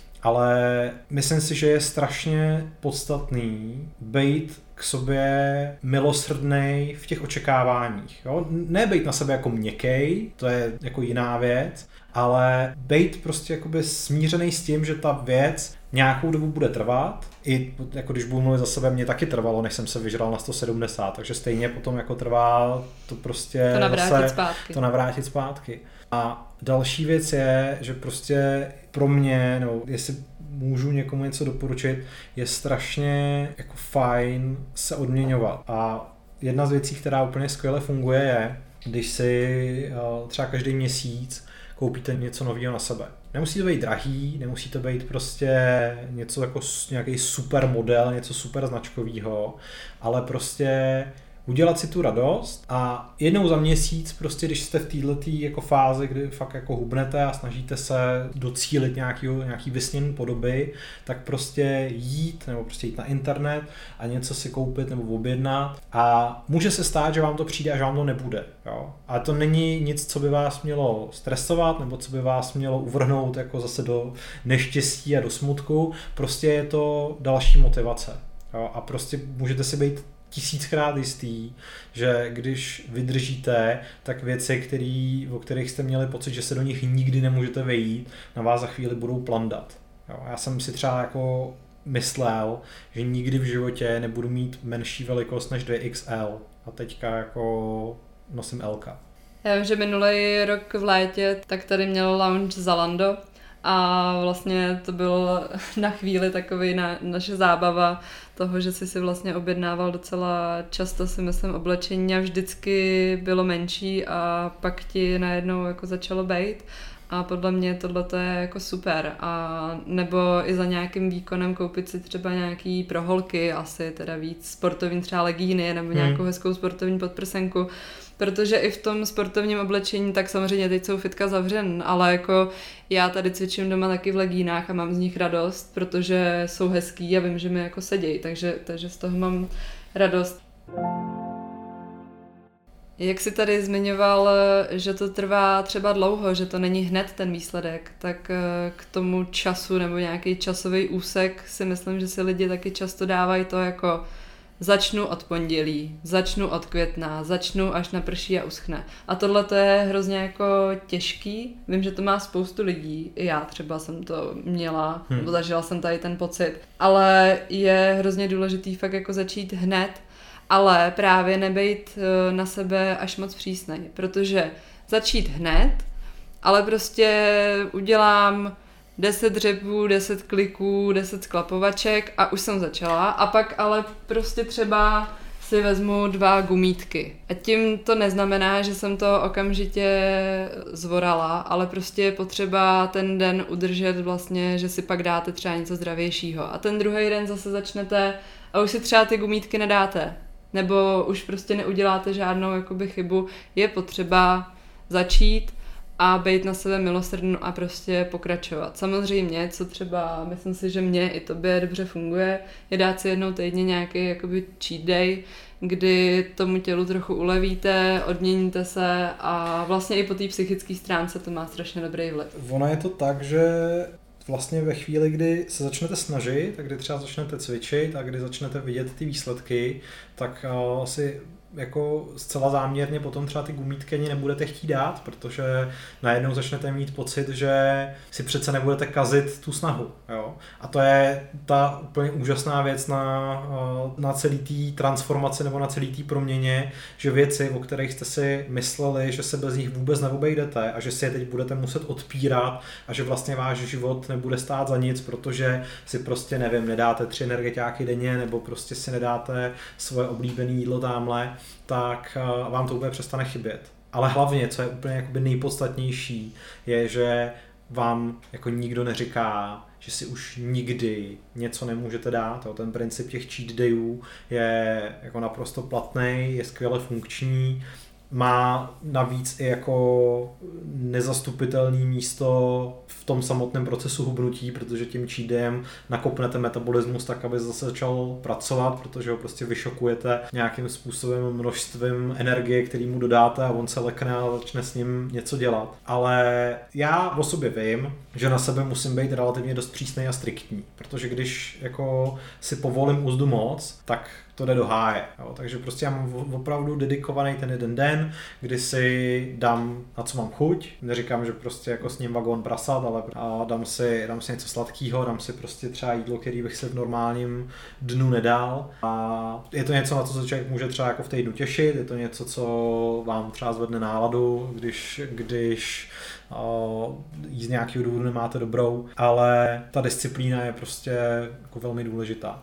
Speaker 2: Ale myslím si, že je strašně podstatný být k sobě milosrdnej v těch očekáváních. Jo? Ne být na sebe jako měkkej, to je jako jiná věc, ale být prostě jakoby smířený s tím, že ta věc nějakou dobu bude trvat. I jako když budu mluvit za sebe, mě taky trvalo, než jsem se vyžral na 170, takže stejně potom jako trvá to prostě
Speaker 1: to
Speaker 2: navrátit zpátky. A další věc je, že prostě pro mě, nebo jestli můžu někomu něco doporučit, je strašně jako fajn se odměňovat. A jedna z věcí, která úplně skvěle funguje, je, když si třeba každý měsíc koupíte něco nového na sebe. Nemusí to být drahý, nemusí to být prostě něco jako nějaký super model, něco super značkového, ale prostě udělat si tu radost a jednou za měsíc prostě, když jste v této jako fázi, kdy fakt jako hubnete a snažíte se docílit nějaký vysněný podoby, tak prostě jít na internet a něco si koupit nebo objednat a může se stát, že vám to přijde a že vám to nebude. Jo? Ale to není nic, co by vás mělo stresovat nebo co by vás mělo uvrhnout jako zase do neštěstí a do smutku. Prostě je to další motivace. Jo? A prostě můžete si být 1000krát jistý, že když vydržíte, tak věci, o kterých jste měli pocit, že se do nich nikdy nemůžete vejít, na vás za chvíli budou plandat. Jo, já jsem si třeba jako myslel, že nikdy v životě nebudu mít menší velikost než 2XL a teďka jako nosím L.
Speaker 1: Já vím, že minulý rok v létě tak tady měl lounge Zalando a vlastně to bylo na chvíli takový naše zábava toho, že si vlastně objednával docela často, si myslím, oblečení a vždycky bylo menší a pak ti najednou jako začalo bejt. A podle mě tohle je jako super. A nebo i za nějakým výkonem koupit si třeba nějaký pro holky, asi teda víc sportovní třeba legíny nebo nějakou hezkou sportovní podprsenku. Protože i v tom sportovním oblečení, tak samozřejmě teď jsou fitka zavřen, ale jako já tady cvičím doma taky v legínách a mám z nich radost, protože jsou hezký a vím, že mi jako sedějí, takže z toho mám radost. Jak jsi tady zmiňoval, že to trvá třeba dlouho, že to není hned ten výsledek, tak k tomu času nebo nějaký časový úsek si myslím, že si lidi taky často dávají to jako začnu od pondělí, začnu od května, začnu až naprší a uschne. A tohle to je hrozně jako těžký. Vím, že to má spoustu lidí. I já třeba jsem to měla, nebo zažila jsem tady ten pocit. Ale je hrozně důležitý fakt jako začít hned, ale právě nebejt na sebe až moc přísnej. Protože začít hned, ale prostě udělám 10 dřepů, 10 kliků, 10 sklapovaček a už jsem začala. A pak ale prostě třeba si vezmu 2 gumítky. A tím to neznamená, že jsem to okamžitě zvorala, ale prostě je potřeba ten den udržet vlastně, že si pak dáte třeba něco zdravějšího. A ten druhý den zase začnete a už si třeba ty gumítky nedáte. Nebo už prostě neuděláte žádnou jakoby chybu. Je potřeba začít a být na sebe milosrdný a prostě pokračovat. Samozřejmě, co třeba, myslím si, že mě i tobě dobře funguje, je dát si jednou týdně nějaký jakoby cheat day, kdy tomu tělu trochu ulevíte, odměníte se a vlastně i po té psychické stránce to má strašně dobrý vliv.
Speaker 2: Ono je to tak, že vlastně ve chvíli, kdy se začnete snažit, tak kdy třeba začnete cvičit a kdy začnete vidět ty výsledky, tak asi jako zcela záměrně potom třeba ty gumítky ani nebudete chtít dát, protože najednou začnete mít pocit, že si přece nebudete kazit tu snahu. Jo? A to je ta úplně úžasná věc na celý té transformaci nebo na celý té proměně, že věci, o kterých jste si mysleli, že se bez nich vůbec neobejdete a že si je teď budete muset odpírat a že vlastně váš život nebude stát za nic, protože si prostě, nevím, nedáte 3 energetiáky denně nebo prostě si nedáte svoje oblíbené jídlo tamhle, tak vám to úplně přestane chybět. Ale hlavně, co je úplně jakoby nejpodstatnější, je, že vám jako nikdo neříká, že si už nikdy něco nemůžete dát. Jo. Ten princip těch cheat dayů je jako naprosto platný, je skvěle funkční, má navíc i jako nezastupitelné místo v tom samotném procesu hubnutí, protože tím cheat dayem nakopnete metabolismus tak, aby zase začal pracovat, protože ho prostě vyšokujete nějakým způsobem množstvím energie, který mu dodáte a on se lekne a začne s ním něco dělat. Ale já o sobě vím, že na sebe musím být relativně dost přísnej a striktní, protože když jako si povolím úzdu moc, tak to jde do háje. Jo. Takže prostě já mám opravdu dedikovaný ten jeden den, kdy si dám, na co mám chuť. Neříkám, že prostě jako s ním vagón prasat, ale dám si něco sladkého, dám si prostě třeba jídlo, který bych se v normálním dnu nedal. A je to něco, na co se člověk může třeba jako v týdnu těšit, je to něco, co vám třeba zvedne náladu, když jí z nějakého důvodu nemáte dobrou, ale ta disciplína je prostě jako velmi důležitá.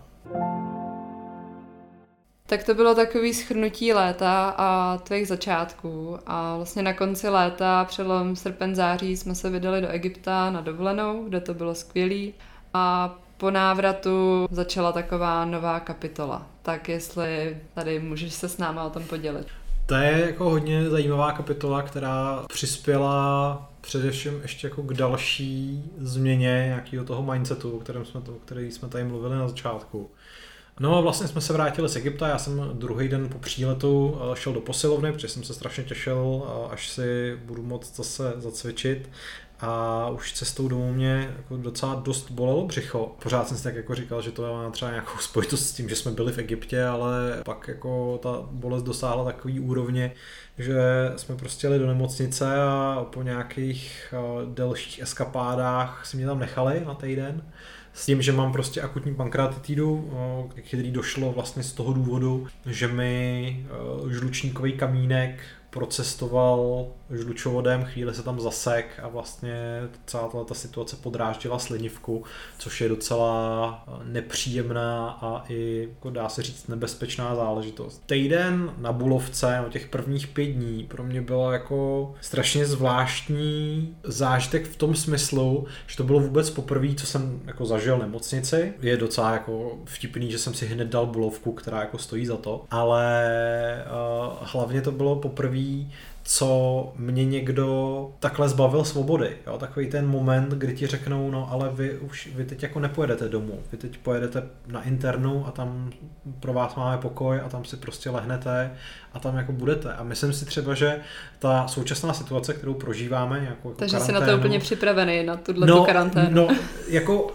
Speaker 1: Tak to bylo takový shrnutí léta a tvých začátků a vlastně na konci léta, přelom srpen, září, jsme se vydali do Egypta na dovolenou, kde to bylo skvělý a po návratu začala taková nová kapitola. Tak jestli tady můžeš se s náma o tom podělit.
Speaker 2: To je jako hodně zajímavá kapitola, která přispěla především ještě jako k další změně nějakého toho mindsetu, o který jsme tady mluvili na začátku. No a vlastně jsme se vrátili z Egypta, já jsem druhý den po příletu šel do posilovny, protože jsem se strašně těšil, až si budu moct zase zacvičit. A už cestou domů mě jako docela dost bolelo břicho. Pořád jsem si tak jako říkal, že to má třeba nějakou spojitost s tím, že jsme byli v Egyptě, ale pak jako ta bolest dosáhla takový úrovně, že jsme prostě jeli do nemocnice a po nějakých delších eskapádách si mě tam nechali na týden. S tím, že mám prostě akutní pankreatitidu, který došlo vlastně z toho důvodu, že mi žlučníkový kamínek procestoval žlučovodem, chvíli se tam zasek a vlastně celá ta situace podráždila slinivku, což je docela nepříjemná a i, jako dá se říct, nebezpečná záležitost. Týden na Bulovce, těch prvních 5 dní, pro mě bylo jako strašně zvláštní zážitek v tom smyslu, že to bylo vůbec poprvé, co jsem jako zažil nemocnici. Je docela jako vtipný, že jsem si hned dal Bulovku, která jako stojí za to, ale hlavně to bylo poprvé, co mě někdo takhle zbavil svobody. Jo? Takový ten moment, kdy ti řeknou, no ale vy teď jako nepojedete domů, vy teď pojedete na internu a tam pro vás máme pokoj a tam si prostě lehnete a tam jako budete. A myslím si třeba, že ta současná situace, kterou prožíváme, jako
Speaker 1: takže jsi na to úplně připravený, na tuto karanténu.
Speaker 2: No, jako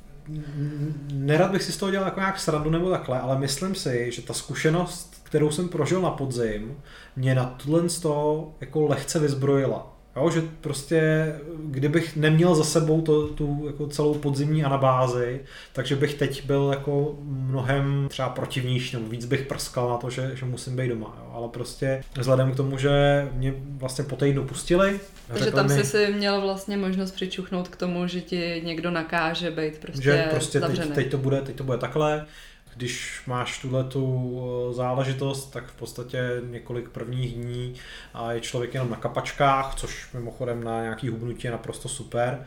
Speaker 2: nerad bych si z toho dělal jako nějak srandu nebo takhle, ale myslím si, že ta zkušenost, kterou jsem prožil na podzim, mě na tohle z toho jako lehce vyzbrojila. Jo, že prostě, kdybych neměl za sebou tu jako celou podzimní anabázi, takže bych teď byl jako mnohem třeba protivnější, nebo víc bych prskal na to, že musím být doma. Jo. Ale prostě vzhledem k tomu, že mě vlastně po týdnu pustili.
Speaker 1: Takže tam si měl vlastně možnost přičuchnout k tomu, že ti někdo nakáže být prostě zavřený.
Speaker 2: Teď to bude takhle. Když máš tuhletu záležitost, tak v podstatě několik prvních dní a je člověk jenom na kapačkách, což mimochodem na nějaký hubnutí je naprosto super.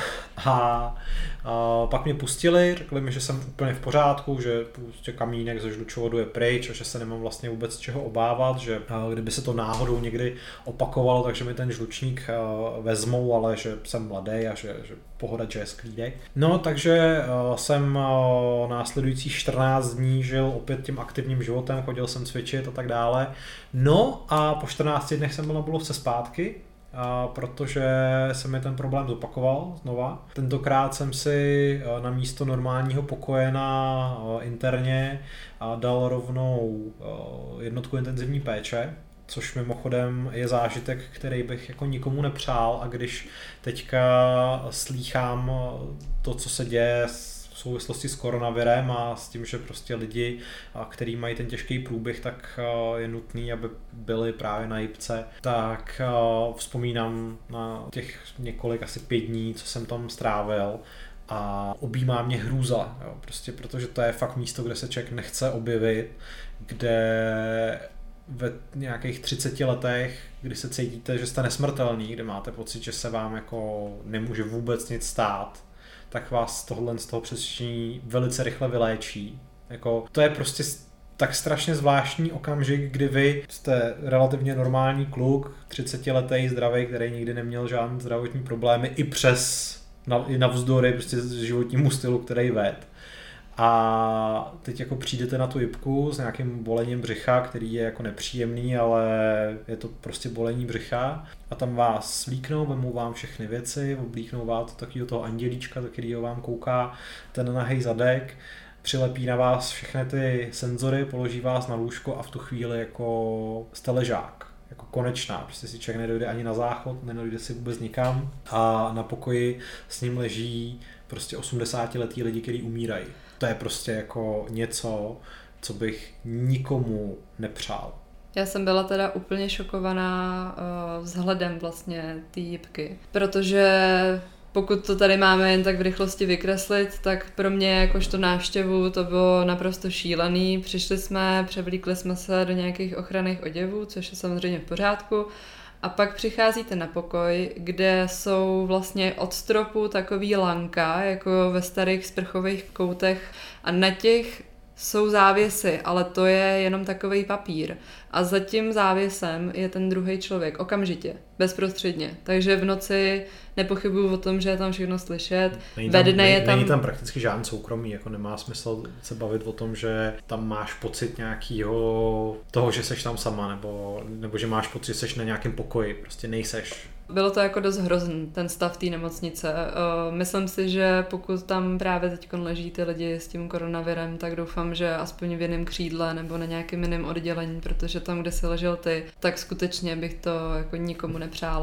Speaker 2: A pak mě pustili, řekli mi, že jsem úplně v pořádku, že prostě kamínek ze žlučovodu je pryč a že se nemám vlastně vůbec čeho obávat, že kdyby se to náhodou někdy opakovalo, takže mi ten žlučník vezmou, ale že jsem mladý a že pohoda, že je sklídek. No, takže jsem následující 14 dní žil opět tím aktivním životem, chodil jsem cvičit a tak dále. No a po 14 dnech jsem byl na Bulovce zpátky, protože se mi ten problém zopakoval znova. Tentokrát jsem si na místo normálního pokoje na interně dal rovnou jednotku intenzivní péče, což mimochodem je zážitek, který bych jako nikomu nepřál, a když teďka slýchám to, co se děje v souvislosti s koronavirem a s tím, že prostě lidi, kteří mají ten těžký průběh, tak je nutný, aby byli právě na jipce, tak vzpomínám na těch několik, asi 5 dní, co jsem tam strávil, a objímá mě hrůza, jo, prostě protože to je fakt místo, kde se člověk nechce objevit, kde ve nějakých 30 letech, kdy se cítíte, že jste nesmrtelný, kde máte pocit, že se vám jako nemůže vůbec nic stát, tak vás tohle z toho přesvědčení velice rychle vyléčí. Jako, to je prostě tak strašně zvláštní okamžik, kdy vy jste relativně normální kluk, 30letý, zdravý, který nikdy neměl žádný zdravotní problémy, i navzdory prostě životnímu stylu, který ved. A teď jako přijdete na tu jipku s nějakým bolením břicha, který je jako nepříjemný, ale je to prostě bolení břicha, a tam vás slíknou, vemou vám všechny věci, oblíknou vás takového toho andělíčka, do kterého vám kouká ten nahej zadek, přilepí na vás všechny ty senzory, položí vás na lůžko a v tu chvíli jako jste ležák. Jako konečná, prostě si člověk nedojde ani na záchod, nedojde si vůbec nikam a na pokoji s ním leží prostě 80letí lidi, kteří umírají. To je prostě jako něco, co bych nikomu nepřál.
Speaker 1: Já jsem byla teda úplně šokovaná vzhledem vlastně té jipky, protože pokud to tady máme jen tak v rychlosti vykreslit, tak pro mě jakožto návštěvu to bylo naprosto šílený. Přišli jsme, převlíkli jsme se do nějakých ochranných oděvů, což je samozřejmě v pořádku. A pak přicházíte na pokoj, kde jsou vlastně od stropu takový lanka, jako ve starých sprchových koutech, a na těch jsou závěsy, ale to je jenom takovej papír. A za tím závěsem je ten druhý člověk, okamžitě, bezprostředně. Takže v noci nepochybuju o tom, že je tam všechno slyšet.
Speaker 2: Není tam prakticky žádný soukromí, jako nemá smysl se bavit o tom, že tam máš pocit nějakého toho, že seš tam sama, nebo že máš pocit, že seš na nějakém pokoji, prostě nejseš.
Speaker 1: Bylo to jako dost hrozný, ten stav té nemocnice. Myslím si, že pokud tam právě teď leží ty lidi s tím koronavirem, tak doufám, že aspoň v jiném křídle nebo na nějakém jiném oddělení, protože tam, kde si ležel ty, tak skutečně bych to jako nikomu nepřála.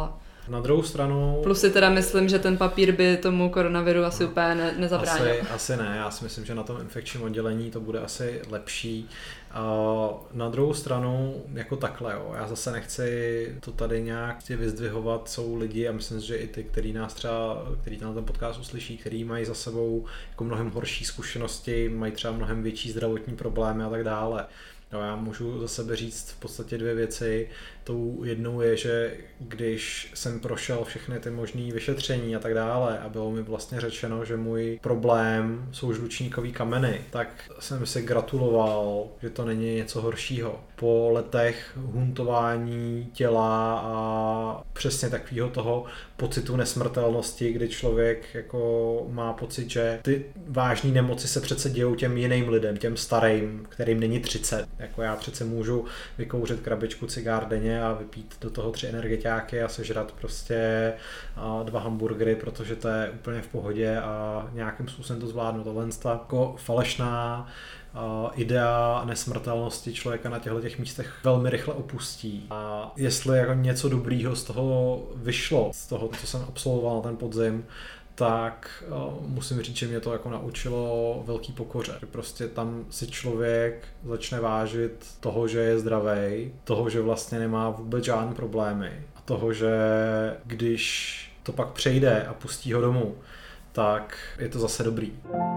Speaker 2: Na druhou stranu...
Speaker 1: Plus si teda myslím, že ten papír by tomu koronaviru asi úplně nezabránil.
Speaker 2: Asi ne, já si myslím, že na tom infekčním oddělení to bude asi lepší. Na druhou stranu, jako takhle, jo, já zase nechci to tady nějak vyzdvihovat, jsou lidi a myslím, že i ty, který na ten podcast uslyší, který mají za sebou jako mnohem horší zkušenosti, mají třeba mnohem větší zdravotní problémy a tak dále. No, já můžu za sebe říct v podstatě 2 věci. Tou jednou je, že když jsem prošel všechny ty možné vyšetření a tak dále a bylo mi vlastně řečeno, že můj problém jsou žlučníkový kameny, tak jsem si gratuloval, že to není něco horšího. Po letech huntování těla a přesně takového toho pocitu nesmrtelnosti, kdy člověk jako má pocit, že ty vážné nemoci se přece dějou těm jiným lidem, těm starým, kterým není 30. Jako já přece můžu vykouřit krabičku cigár denně a vypít do toho 3 energetiáky a sežrat prostě 2 hamburgery, protože to je úplně v pohodě a nějakým způsobem to zvládnu. Tohle jako falešná idea nesmrtelnosti člověka na těchto místech velmi rychle opustí. A jestli jako něco dobrýho z toho vyšlo, z toho, co jsem absolvoval na ten podzim, tak musím říct, že mě to jako naučilo velký pokoře. Že prostě tam si člověk začne vážit toho, že je zdravý, toho, že vlastně nemá vůbec žádné problémy a toho, že když to pak přejde a pustí ho domů, tak je to zase dobrý.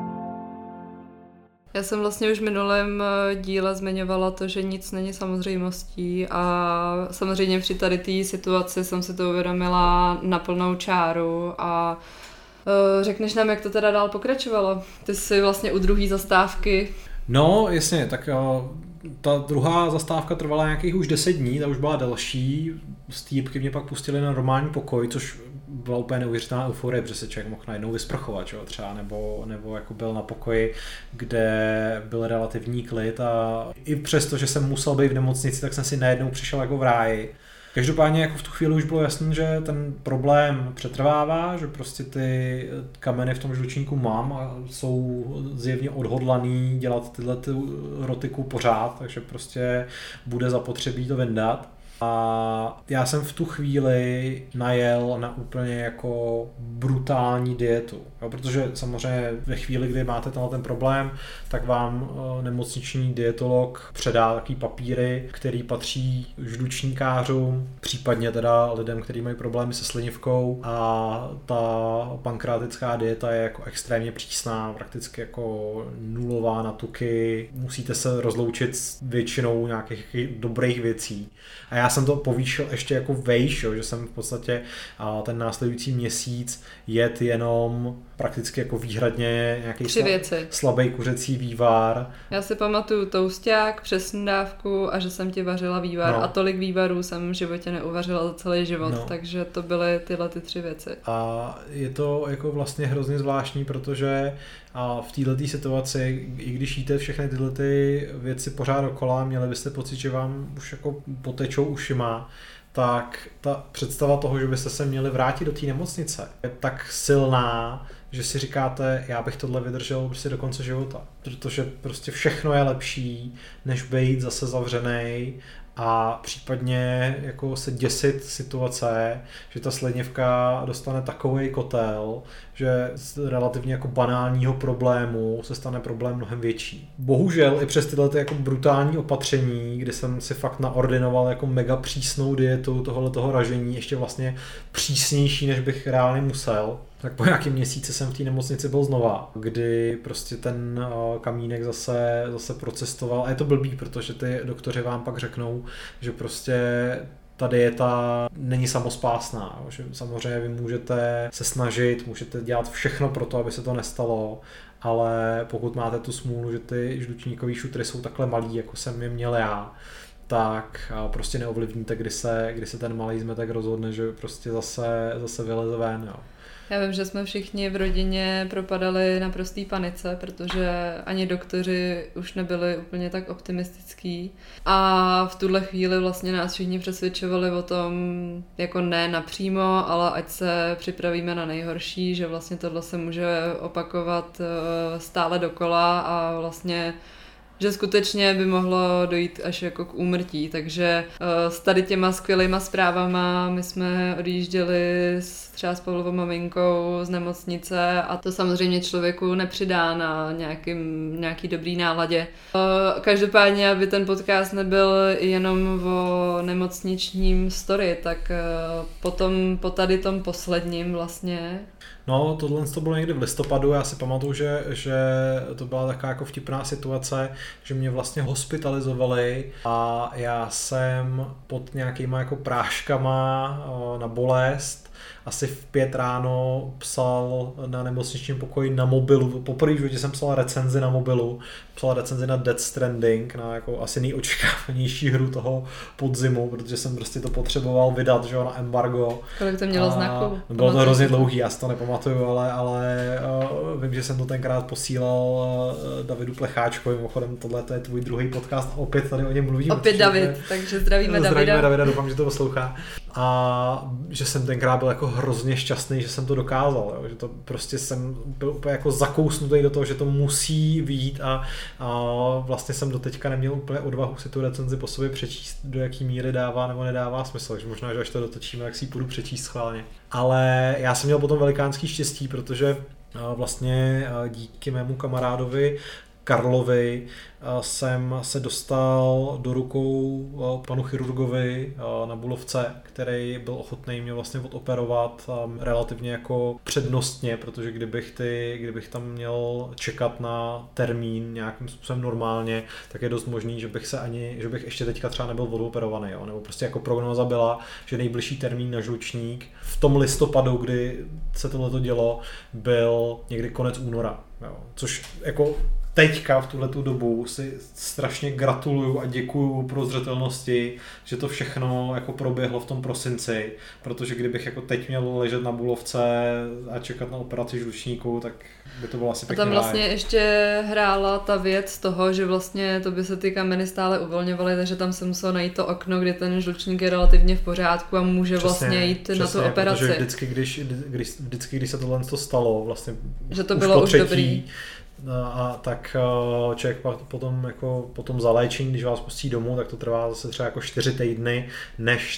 Speaker 1: Já jsem vlastně už v minulém díle zmiňovala to, že nic není samozřejmostí a samozřejmě při tady té situaci jsem si to uvědomila na plnou čáru a řekneš nám, jak to teda dál pokračovalo? Ty jsi vlastně u druhé zastávky.
Speaker 2: No, jasně, tak ta druhá zastávka trvala nějakých už 10 dní, ta už byla delší. Z té jipky mě pak pustili na normální pokoj, což byla úplně neuvěřitelná euforie, protože se člověk mohl najednou vysprchovat, čo? Třeba, nebo jako byl na pokoji, kde byl relativní klid a i přesto, že jsem musel být v nemocnici, tak jsem si najednou přišel jako v ráji. Každopádně jako v tu chvíli už bylo jasné, že ten problém přetrvává, že prostě ty kameny v tom žlučníku mám a jsou zjevně odhodlaný dělat tyhle rotiku pořád, takže prostě bude zapotřebí to vyndat. A já jsem v tu chvíli najel na úplně jako brutální dietu, jo, protože samozřejmě ve chvíli, kdy máte ten problém, tak vám nemocniční dietolog předá takový papíry, který patří žlučníkářům, případně teda lidem, kteří mají problémy se slinivkou a ta pankreatická dieta je jako extrémně přísná, prakticky jako nulová na tuky, musíte se rozloučit s většinou nějakých dobrých věcí. A já jsem to povýšil ještě jako vejš, že jsem v podstatě ten následující měsíc jet jenom prakticky jako výhradně nějaký slabý kuřecí vývar.
Speaker 1: Já si pamatuju tousták, přesnou dávku a že jsem ti vařila vývar a tolik vývarů jsem v životě neuvařila za celý život, takže to byly tyhle 3 věci.
Speaker 2: A je to jako vlastně hrozně zvláštní, protože v této situaci, i když jíte všechny tyhle věci pořád dokola, měli byste pocit, že vám už jako potečou ušima, tak ta představa toho, že byste se měli vrátit do té nemocnice, je tak silná, že si říkáte, já bych tohle vydržel prostě do konce života. Protože prostě všechno je lepší, než být zase zavřenej a případně jako se děsit situace, že ta slinivka dostane takovej kotel, že z relativně jako banálního problému se stane problém mnohem větší. Bohužel i přes tyhle jako brutální opatření, kdy jsem si fakt naordinoval jako mega přísnou dietu tohoto ražení, ještě vlastně přísnější, než bych reálně musel, tak po nějakém měsíci jsem v té nemocnici byl znova, kdy prostě ten kamínek zase procestoval. A je to blbý, protože ty doktoři vám pak řeknou, že prostě ta dieta není samospásná, že samozřejmě vy můžete se snažit, můžete dělat všechno pro to, aby se to nestalo, ale pokud máte tu smůlu, že ty žlučníkový šutry jsou takhle malý, jako jsem je měl já, tak prostě neovlivníte, kdy se ten malý zmetek rozhodne, že prostě zase vyleze ven. Jo.
Speaker 1: Já vím, že jsme všichni v rodině propadali na prostý panice, protože ani doktoři už nebyli úplně tak optimistický. A v tuhle chvíli vlastně nás všichni přesvědčovali o tom, jako ne napřímo, ale ať se připravíme na nejhorší, že vlastně tohle se může opakovat stále dokola a vlastně že skutečně by mohlo dojít až jako k úmrtí, takže s tady těma skvělýma zprávama my jsme odjížděli třeba s Pavlovou maminkou z nemocnice a to samozřejmě člověku nepřidá na nějaký dobrý náladě. Každopádně, aby ten podcast nebyl jenom o nemocničním story, tak potom po tady tom posledním vlastně.
Speaker 2: No, tohle to bylo někdy v listopadu, já si pamatuju, že to byla taková jako vtipná situace, že mě vlastně hospitalizovali a já jsem pod nějakýma jako práškama na bolest asi v 5 ráno psal na nemocničním pokoji na mobilu. Poprvé v životě jsem psal recenzi na mobilu. Psal recenzi na Death Stranding, na jako asi nejočekávanější hru toho podzimu, protože jsem prostě to potřeboval vydat, že jo, na embargo.
Speaker 1: Kolik to mělo znaků?
Speaker 2: Bylo to hrozně dlouhý, já si to nepamatuju, ale vím, že jsem to tenkrát posílal Davidu Plecháčkovi. Mimochodem, tohle to je tvůj druhý podcast a opět tady o něm mluvím.
Speaker 1: Opět David, takže zdravíme Davida.
Speaker 2: Zdravíme Davida, doufám, že to poslouchá. A že jsem tenkrát byl jako hrozně šťastný, že jsem to dokázal, jo? Že to prostě jsem byl úplně jako zakousnutý do toho, že to musí vyjít a vlastně jsem doteďka neměl úplně odvahu si tu recenzi po sobě přečíst, do jaký míry dává nebo nedává smysl, takže možná, že až to dotočíme, tak si ji půjdu přečíst schválně. Ale já jsem měl potom velikánský štěstí, protože vlastně díky mému kamarádovi Karlovi jsem se dostal do rukou panu chirurgovi na Bulovce, který byl ochotný mě vlastně odoperovat relativně jako přednostně, protože kdybych tam měl čekat na termín nějakým způsobem normálně, tak je dost možný, že bych ještě teďka třeba nebyl odoperovaný, jo? Nebo prostě jako prognóza byla, že nejbližší termín na žlučník v tom listopadu, kdy se tohleto dělo, byl někdy konec února, jo? Což jako teďka v tuhletu dobu si strašně gratuluju a děkuju prozřetelnosti, že to všechno jako proběhlo v tom prosinci, protože kdybych jako teď měl ležet na Bulovce a čekat na operaci žlučníku, tak by to bylo asi pěkně.
Speaker 1: A tam vlastně ještě hrála ta věc toho, že vlastně to by se ty kameny stále uvolňovaly, takže tam se muselo najít to okno, kdy ten žlučník je relativně v pořádku a může vlastně jít na tu operaci.
Speaker 2: Protože vždycky, když se tohle stalo, vlastně
Speaker 1: že to bylo už dobrý.
Speaker 2: A tak člověk po tom zaléčení, když vás pustí domů, tak to trvá zase třeba jako 4 týdny, než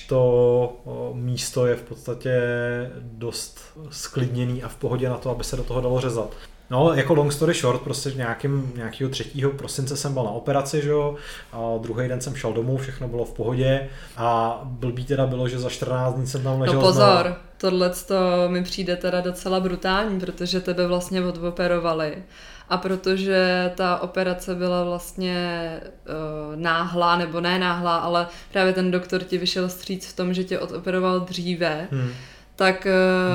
Speaker 2: to místo je v podstatě dost sklidněný a v pohodě na to, aby se do toho dalo řezat. No, jako long story short, prostě nějakého 3. prosince jsem byl na operaci, že jo, a druhý den jsem šel domů, všechno bylo v pohodě a blbý teda bylo, že za 14 dní jsem tam ležel.
Speaker 1: No pozor, tohleto mi přijde teda docela brutální, protože tebe vlastně odoperovali. A protože ta operace byla vlastně náhlá, nebo ne náhlá, ale právě ten doktor ti vyšel vstříc v tom, že tě odoperoval dříve, tak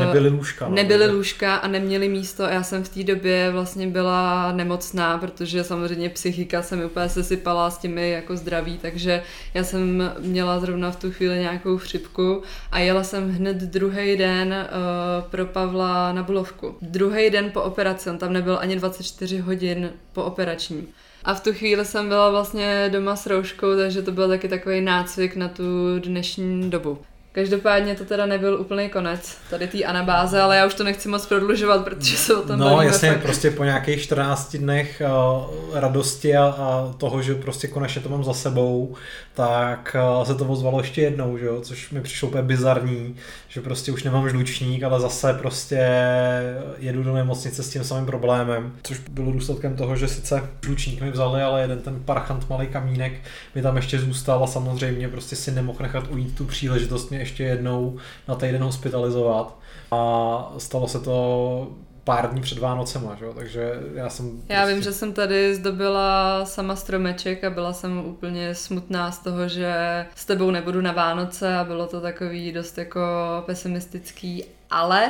Speaker 1: nebyly lůžka a neměli místo a já jsem v té době vlastně byla nemocná, protože samozřejmě psychika se mi úplně sesypala s těmi jako zdraví, takže já jsem měla zrovna v tu chvíli nějakou chřipku a jela jsem hned druhý den pro Pavla na Bulovku. Druhý den po operaci, on tam nebyl ani 24 hodin po operační. A v tu chvíli jsem byla vlastně doma s rouškou, takže to byl taky takový nácvik na tu dnešní dobu. Každopádně to teda nebyl úplný konec tady té anabáze, ale já už to nechci moc prodlužovat, protože se o tom bavíme.
Speaker 2: No jasně,
Speaker 1: fakt.
Speaker 2: prostě po nějakých 14 dnech radosti a toho, že prostě konečně to mám za sebou, tak se to ozvalo ještě jednou, že jo? Což mi přišlo úplně bizarní, že prostě už nemám žlučník, ale zase prostě jedu do nemocnice s tím samým problémem, což bylo důsledkem toho, že sice žlučník mi vzali, ale jeden ten parchant malý kamínek mi tam ještě zůstal a samozřejmě prostě si nemohl nechat ujít tu příležitost mě ještě jednou na týden hospitalizovat a stalo se to pár dní před Vánocema, že? Takže já
Speaker 1: vím, že jsem tady zdobila sama stromeček a byla jsem úplně smutná z toho, že s tebou nebudu na Vánoce a bylo to takový dost jako pesimistický, ale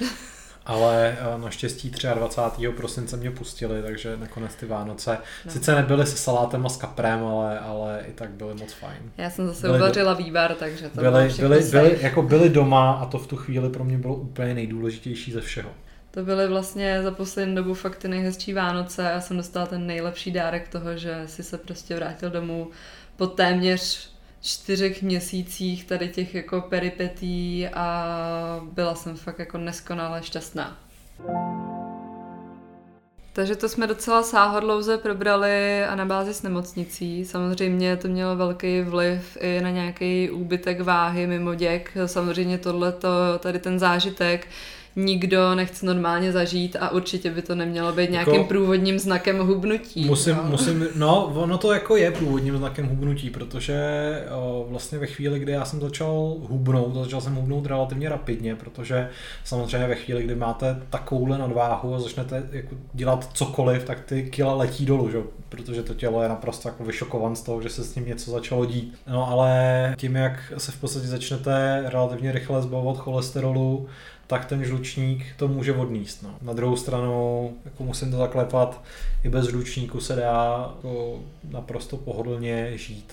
Speaker 2: naštěstí 23. prosince mě pustili, takže nakonec ty Vánoce sice nebyly se salátem a s kaprem, ale i tak byly moc fajn.
Speaker 1: Já jsem zase uvařila vývar, takže to bylo všechno
Speaker 2: byli doma a to v tu chvíli pro mě bylo úplně nejdůležitější ze všeho.
Speaker 1: To byly vlastně za poslední dobu fakt ty nejhezčí Vánoce. Já jsem dostala ten nejlepší dárek toho, že si se prostě vrátil domů po téměř 4 měsících tady těch jako peripetí a byla jsem fakt jako neskonale šťastná. Takže to jsme docela sáhodlouze probrali a na bázi s nemocnicí. Samozřejmě to mělo velký vliv i na nějaký úbytek váhy mimo děk. Samozřejmě tady ten zážitek nikdo nechce normálně zažít a určitě by to nemělo být nějakým průvodním znakem hubnutí.
Speaker 2: Ono to jako je průvodním znakem hubnutí, protože vlastně ve chvíli, kdy já jsem začal jsem hubnout relativně rapidně, protože samozřejmě ve chvíli, kdy máte takovouhle nadváhu a začnete jako dělat cokoliv, tak ty kila letí dolů, že? Protože to tělo je naprosto jako vyšokovan z toho, že se s ním něco začalo dít. No ale tím, jak se v podstatě začnete relativně rychle zbavovat cholesterolu, tak ten žlučník to může odníst. No. Na druhou stranu, jako musím to zaklepat, i bez žlučníku se dá jako naprosto pohodlně žít.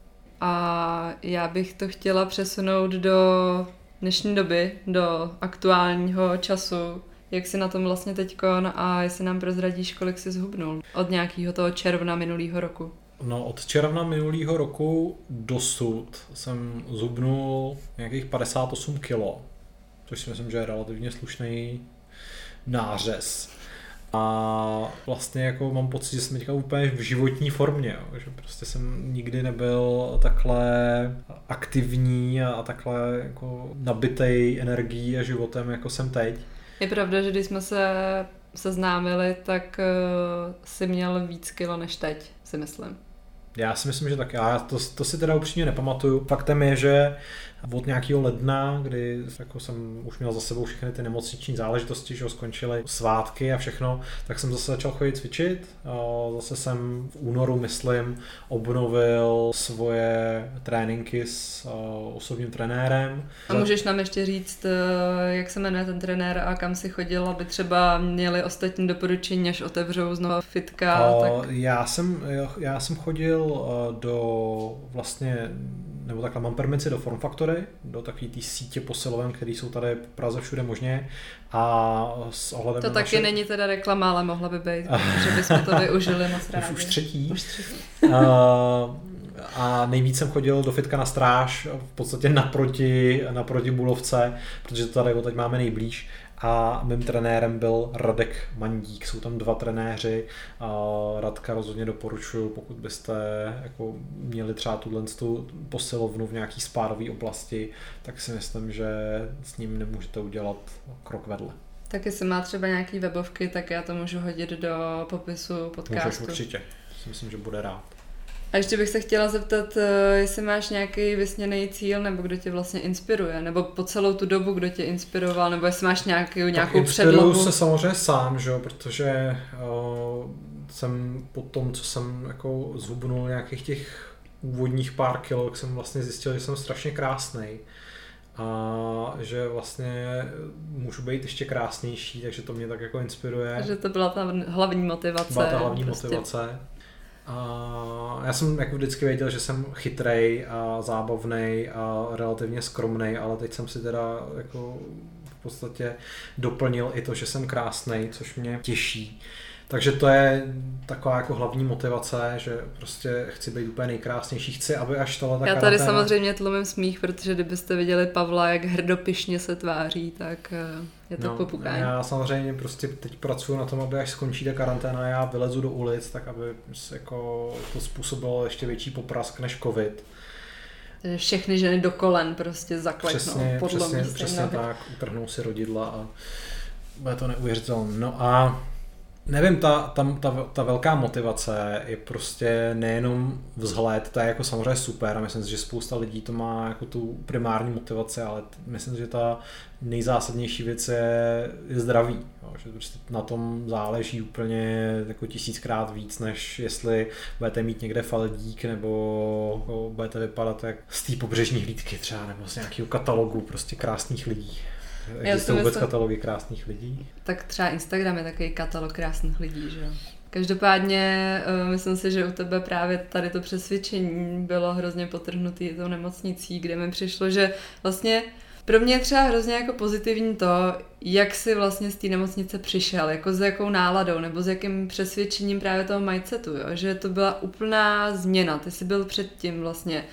Speaker 1: A já bych to chtěla přesunout do dnešní doby, do aktuálního času. Jak jsi na tom vlastně teďkon a jestli nám prozradíš, kolik jsi zhubnul od nějakého toho června minulého roku?
Speaker 2: No, od června minulého roku dosud jsem zhubnul nějakých 58 kilo. Což si myslím, že je relativně slušný nářez. A vlastně jako mám pocit, že jsem teďka úplně v životní formě, jo? Že prostě jsem nikdy nebyl takhle aktivní a takhle jako nabitej energií a životem, jako jsem teď.
Speaker 1: Je pravda, že když jsme se seznámili, tak jsi měl víc kilo než teď, si myslím.
Speaker 2: Já si myslím, že tak. Já to si teda upřímně nepamatuju. Faktem je, že od nějakého ledna, kdy jako jsem už měl za sebou všechny ty nemocniční záležitosti, že skončily svátky a všechno, tak jsem zase začal chodit cvičit. Zase jsem v únoru, myslím, obnovil svoje tréninky s osobním trenérem.
Speaker 1: A můžeš nám ještě říct, jak se jmenuje ten trenér a kam si chodil, aby třeba měli ostatní doporučení, až otevřou znova fitka? Tak...
Speaker 2: Já jsem chodil do vlastně, nebo takhle, mám permici do Form Factory, do takové té sítě posiloven, které jsou tady v Praze všude možně. A s ohledem
Speaker 1: to taky není teda reklama, ale mohla by být, že bychom to využili moc rádi.
Speaker 2: Už třetí. A nejvíc jsem chodil do fitka na Stráž, v podstatě naproti Bulovce, protože to tady teď máme nejblíž. A mým trenérem byl Radek Mandík, jsou tam 2 trenéři. Radka rozhodně doporučuji, pokud byste jako měli třeba tuhle posilovnu v nějaký spárové oblasti, tak si myslím, že s ním nemůžete udělat krok vedle.
Speaker 1: Tak jestli má třeba nějaký webovky, tak já to můžu hodit do popisu podcastu.
Speaker 2: Můžeš určitě, si myslím, že bude rád.
Speaker 1: A ještě bych se chtěla zeptat, jestli máš nějaký vysněný cíl, nebo kdo tě vlastně inspiruje, nebo po celou tu dobu, kdo tě inspiroval, nebo jestli máš nějakou předlohu. Inspiruju
Speaker 2: se samozřejmě sám, že? Protože jsem po tom, co jsem jako zhubnul nějakých těch úvodních pár kilo, tak jsem vlastně zjistil, že jsem strašně krásnej a že vlastně můžu být ještě krásnější, takže to mě tak jako inspiruje.
Speaker 1: Že to byla ta hlavní motivace.
Speaker 2: Byla ta hlavní motivace. A já jsem jako vždycky věděl, že jsem chytrej a zábavnej a relativně skromnej, ale teď jsem si teda jako v podstatě doplnil i to, že jsem krásnej, což mě těší. Takže to je taková jako hlavní motivace, že prostě chci být úplně nejkrásnější, chci, aby až tohle
Speaker 1: Já tady samozřejmě tlumím smích, protože kdybyste viděli Pavla, jak hrdopišně se tváří, tak je to popukání.
Speaker 2: Já samozřejmě prostě teď pracuji na tom, aby až skončí ta karanténa, já vylezu do ulic, tak aby jako to způsobilo ještě větší poprask než covid.
Speaker 1: Takže všechny ženy do kolen prostě zakleknou.
Speaker 2: Přesně tak, utrhnou si rodidla a bude to neuvěřitelné. No a nevím, ta velká motivace je prostě nejenom vzhled, to je jako samozřejmě super a myslím si, že spousta lidí to má jako tu primární motivaci, ale myslím, že ta nejzásadnější věc je zdraví, jo, že prostě na tom záleží úplně jako 1000krát víc, než jestli budete mít někde faldík nebo budete vypadat jak z té pobřežní hlídky třeba nebo z nějakého katalogu prostě krásných lidí. Existují vůbec katalogy krásných lidí?
Speaker 1: Tak třeba Instagram je takový katalog krásných lidí, že jo? Každopádně myslím si, že u tebe právě tady to přesvědčení bylo hrozně potrhnutý tou nemocnicí, kde mi přišlo, že vlastně pro mě je třeba hrozně jako pozitivní to, jak jsi vlastně z té nemocnice přišel, jako s jakou náladou nebo s jakým přesvědčením právě toho mindsetu, jo? Že to byla úplná změna. Ty jsi byl předtím vlastně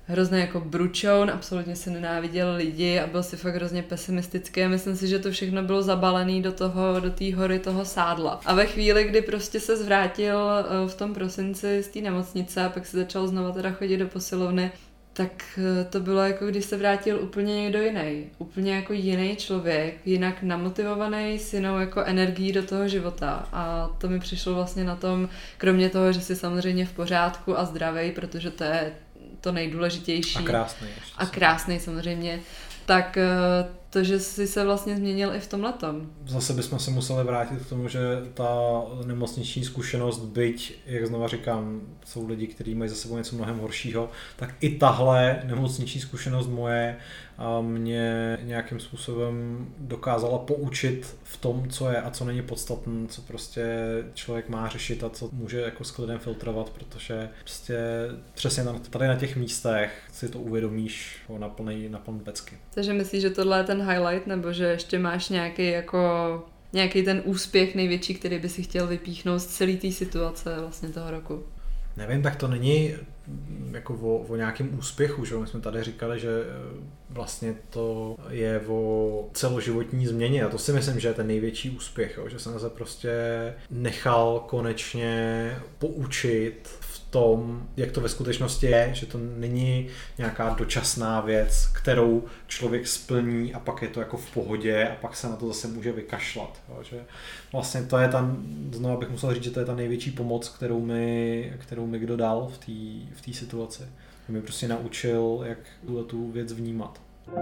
Speaker 1: hrozný jako bručoun, absolutně se nenáviděl lidi a byl si fakt hrozně pesimistický a myslím si, že to všechno bylo zabalené do té hory toho sádla. A ve chvíli, kdy prostě se zvrátil v tom prosinci z té nemocnice a pak se začal znova teda chodit do posilovny, tak to bylo jako když se vrátil úplně někdo jiný. Úplně jako jiný člověk, jinak namotivovaný, s jinou jako energií do toho života. A to mi přišlo vlastně na tom, kromě toho, že jsi samozřejmě v pořádku a zdravý, protože to je to nejdůležitější.
Speaker 2: A krásný.
Speaker 1: A krásný samozřejmě. Tak to, že jsi se vlastně změnil i v tomhletom.
Speaker 2: Zase bychom se museli vrátit k tomu, že ta nemocniční zkušenost, byť, jak znova říkám, jsou lidi, kteří mají za sebou něco mnohem horšího, tak i tahle nemocniční zkušenost moje mě nějakým způsobem dokázala poučit v tom, co je a co není podstatné, co prostě člověk má řešit a co může jako s klidem filtrovat, protože prostě přesně tady na těch místech si to uvědomíš na plný pecky.
Speaker 1: Takže myslíš, že tohle je ten highlight, nebo že ještě máš nějaký ten úspěch největší, který by si chtěl vypíchnout z celé té situace vlastně toho roku?
Speaker 2: Nevím, tak to není jako o nějakém úspěchu, že? My jsme tady říkali, že vlastně to je o celoživotní změně a to si myslím, že je ten největší úspěch, že jsem se prostě nechal konečně poučit v tom, jak to ve skutečnosti je, že to není nějaká dočasná věc, kterou člověk splní a pak je to jako v pohodě a pak se na to zase může vykašlat. Že vlastně to je tam, znovu bych musel říct, že to je ta největší pomoc, kterou mi kdo dal v té situaci. Mě prostě naučil, jak tu věc vnímat.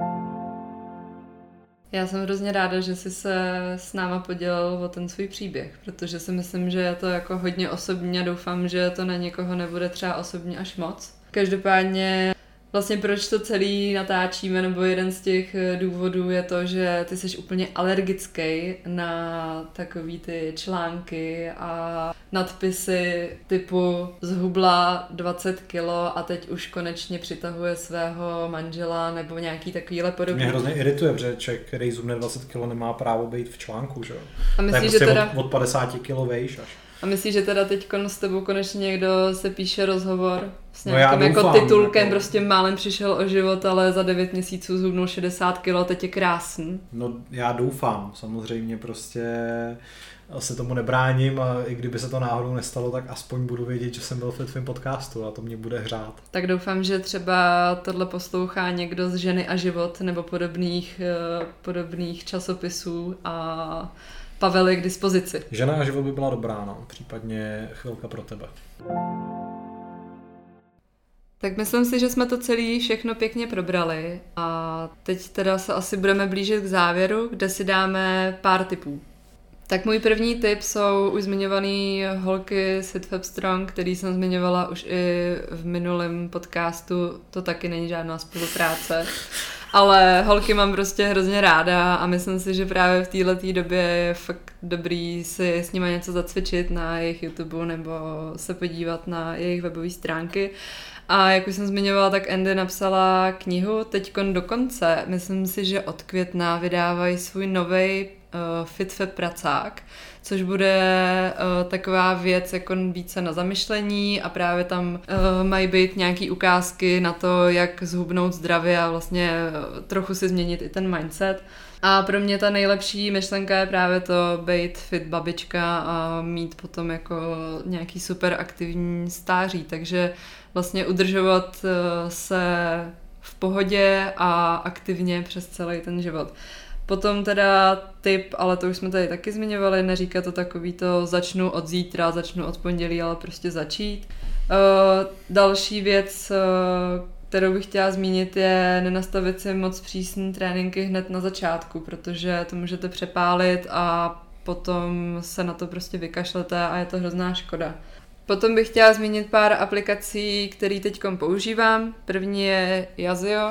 Speaker 1: Já jsem hrozně ráda, že jsi se s náma podělil o ten svůj příběh, protože si myslím, že je to jako hodně osobní a doufám, že to na někoho nebude třeba osobní až moc. Každopádně vlastně proč to celý natáčíme, nebo jeden z těch důvodů je to, že ty jsi úplně alergický na takový ty články a nadpisy typu zhubla 20 kilo a teď už konečně přitahuje svého manžela nebo nějaký takovýhle podobný.
Speaker 2: Mě hrozně irituje, protože člověk, který zhubne 20 kilo, nemá právo být v článku, že jo?
Speaker 1: A myslíš,
Speaker 2: že
Speaker 1: prostě teda
Speaker 2: od 50 kilo vejš až.
Speaker 1: A myslíš, že teda teď s tebou konečně někdo se píše rozhovor s nějakým jako titulkem, jako prostě málem přišel o život, ale za 9 měsíců zhubnul 60 kg, teď je krásný?
Speaker 2: No já doufám, samozřejmě prostě se tomu nebráním a i kdyby se to náhodou nestalo, tak aspoň budu vědět, že jsem byl v tvém podcastu a to mě bude hřát.
Speaker 1: Tak doufám, že třeba tohle poslouchá někdo z Ženy a život nebo podobných časopisů a Pavel je k dispozici.
Speaker 2: Žena a život by byla dobrá, no. Případně chvilka pro tebe.
Speaker 1: Tak myslím si, že jsme to celé všechno pěkně probrali a teď teda se asi budeme blížit k závěru, kde si dáme pár tipů. Tak můj první tip jsou už zmiňovaný holky z Fit Fab Strong, který jsem zmiňovala už i v minulém podcastu, to taky není žádná spolupráce. Ale holky mám prostě hrozně ráda a myslím si, že právě v této době je fakt dobrý si s nimi něco zacvičit na jejich YouTube nebo se podívat na jejich webové stránky. A jak už jsem zmiňovala, tak Andy napsala knihu teďkon do konce. Myslím si, že od května vydávají svůj novej Fit Fab pracák, což bude taková věc jako více na zamyšlení a právě tam mají být nějaký ukázky na to, jak zhubnout zdravě a vlastně trochu si změnit i ten mindset. A pro mě ta nejlepší myšlenka je právě to být fit babička a mít potom jako nějaký super aktivní stáří, takže vlastně udržovat se v pohodě a aktivně přes celý ten život. Potom teda tip, ale to už jsme tady taky zmiňovali, neříká to takový to začnu od zítra, začnu od pondělí, ale prostě začít. Další věc, kterou bych chtěla zmínit, je nenastavit si moc přísný tréninky hned na začátku, protože to můžete přepálit a potom se na to prostě vykašlete a je to hrozná škoda. Potom bych chtěla zmínit pár aplikací, které teď používám. První je Yazio,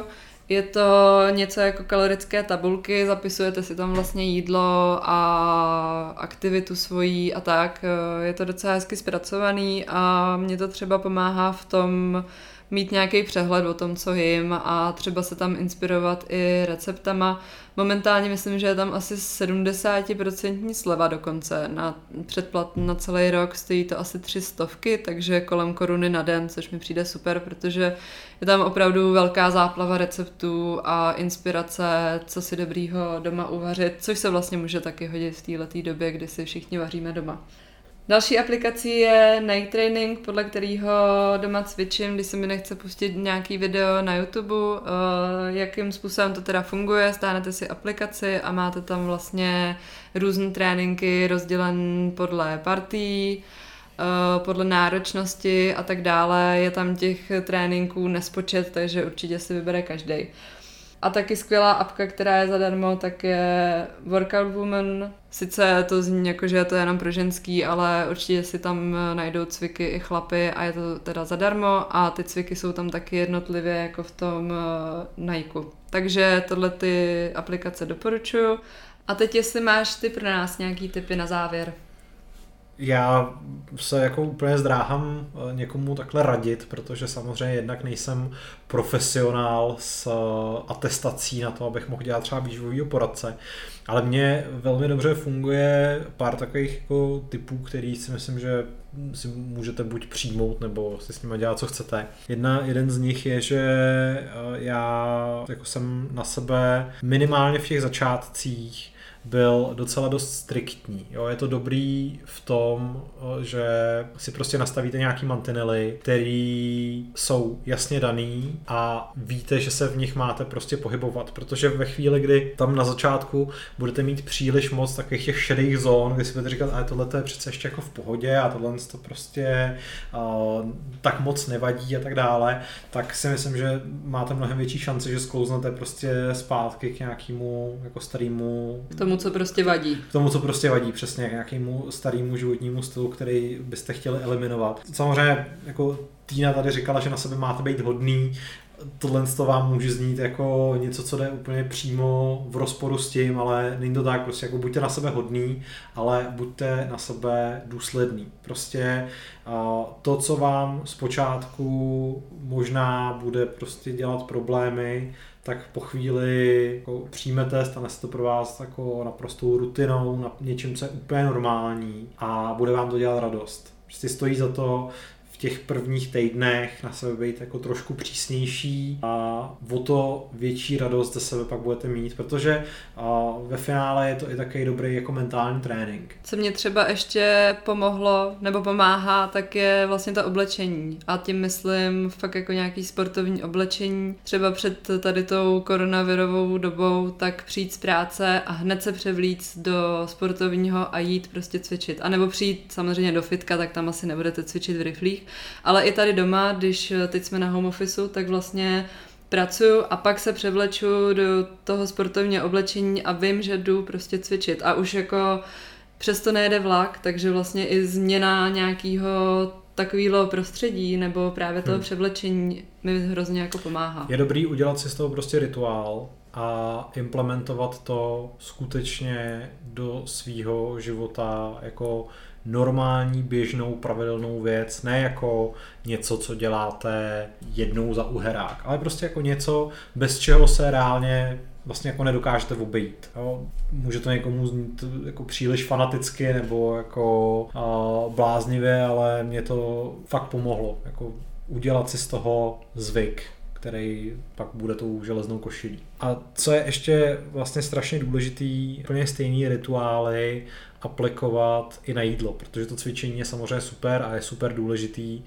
Speaker 1: Je to něco jako kalorické tabulky, zapisujete si tam vlastně jídlo a aktivitu svojí a tak. Je to docela hezky zpracovaný a mě to třeba pomáhá v tom mít nějaký přehled o tom, co jim a třeba se tam inspirovat i receptama. Momentálně myslím, že je tam asi 70% sleva dokonce. Na předplat na celý rok stojí to asi 300, takže kolem koruny na den, což mi přijde super, protože je tam opravdu velká záplava receptů a inspirace, co si dobrýho doma uvařit, což se vlastně může taky hodit v této době, kdy si všichni vaříme doma. Další aplikací je Night Training, podle kterého doma cvičím, když se mi nechce pustit nějaký video na YouTube, jakým způsobem to teda funguje, stáhnete si aplikaci a máte tam vlastně různé tréninky rozdělené podle partí, podle náročnosti a tak dále. Je tam těch tréninků nespočet, takže určitě si vybere každý. A taky skvělá apka, která je zadarmo, tak je Workout Woman. Sice to zní jako, že je to jenom pro ženský, ale určitě si tam najdou cviky i chlapy a je to teda zadarmo a ty cviky jsou tam taky jednotlivě jako v tom Nike. Takže tohle ty aplikace doporučuju. A teď jestli máš ty pro nás nějaký tipy na závěr.
Speaker 2: Já se jako úplně zdráhám někomu takhle radit, protože samozřejmě jednak nejsem profesionál s atestací na to, abych mohl dělat třeba výživovýho poradce, ale mně velmi dobře funguje pár takových jako typů, který si myslím, že si můžete buď přijmout, nebo si s nimi dělat, co chcete. Jeden z nich je, že já jako jsem na sebe minimálně v těch začátcích byl docela dost striktní. Jo, je to dobrý v tom, že si prostě nastavíte nějaký mantinely, který jsou jasně daný a víte, že se v nich máte prostě pohybovat, protože ve chvíli, kdy tam na začátku budete mít příliš moc takových těch šedých zón, kdy si budete říkat, ale tohle je přece ještě jako v pohodě a tohle to prostě tak moc nevadí a tak dále, tak si myslím, že máte mnohem větší šanci, že sklouznete prostě zpátky k nějakému jako starému
Speaker 1: K tomu, co prostě vadí.
Speaker 2: K tomu, co prostě vadí, přesně, k nějakému starému životnímu stylu, který byste chtěli eliminovat. Samozřejmě, jako Týna tady říkala, že na sebe máte být hodný, tohle to vám může znít jako něco, co jde úplně přímo v rozporu s tím, ale není to tak, prostě jako buďte na sebe hodný, ale buďte na sebe důsledný. Prostě to, co vám zpočátku možná bude prostě dělat problémy, tak po chvíli jako přijmete, stane se to pro vás jako naprostou rutinou, na něčím, co je úplně normální a bude vám to dělat radost. Prostě stojí za to v těch prvních týdnech na sebe být jako trošku přísnější a o to větší radost ze sebe pak budete mít, protože ve finále je to i takový dobrý jako mentální trénink.
Speaker 1: Co mě třeba ještě pomohlo nebo pomáhá, tak je vlastně to oblečení. A tím myslím fakt jako nějaký sportovní oblečení. Třeba před tady tou koronavirovou dobou, tak přijít z práce a hned se převlíct do sportovního a jít prostě cvičit. A nebo přijít samozřejmě do fitka, tak tam asi nebudete cvičit v riflích. Ale i tady doma, když teď jsme na home officeu, tak vlastně pracuju a pak se převleču do toho sportovního oblečení a vím, že jdu prostě cvičit. A už jako přesto nejede vlak, takže vlastně i změna nějakého takového prostředí nebo právě toho převlečení mi hrozně jako pomáhá.
Speaker 2: Je dobrý udělat si z toho prostě rituál a implementovat to skutečně do svýho života jako normální, běžnou, pravidelnou věc, ne jako něco, co děláte jednou za uherák, ale prostě jako něco, bez čeho se reálně vlastně jako nedokážete obejít. Jo? Může to někomu znít jako příliš fanaticky nebo jako bláznivě, ale mě to fakt pomohlo. Jako udělat si z toho zvyk, který pak bude tou železnou košilí. A co je ještě vlastně strašně důležitý, úplně stejný rituály aplikovat i na jídlo, protože to cvičení je samozřejmě super a je super důležitý,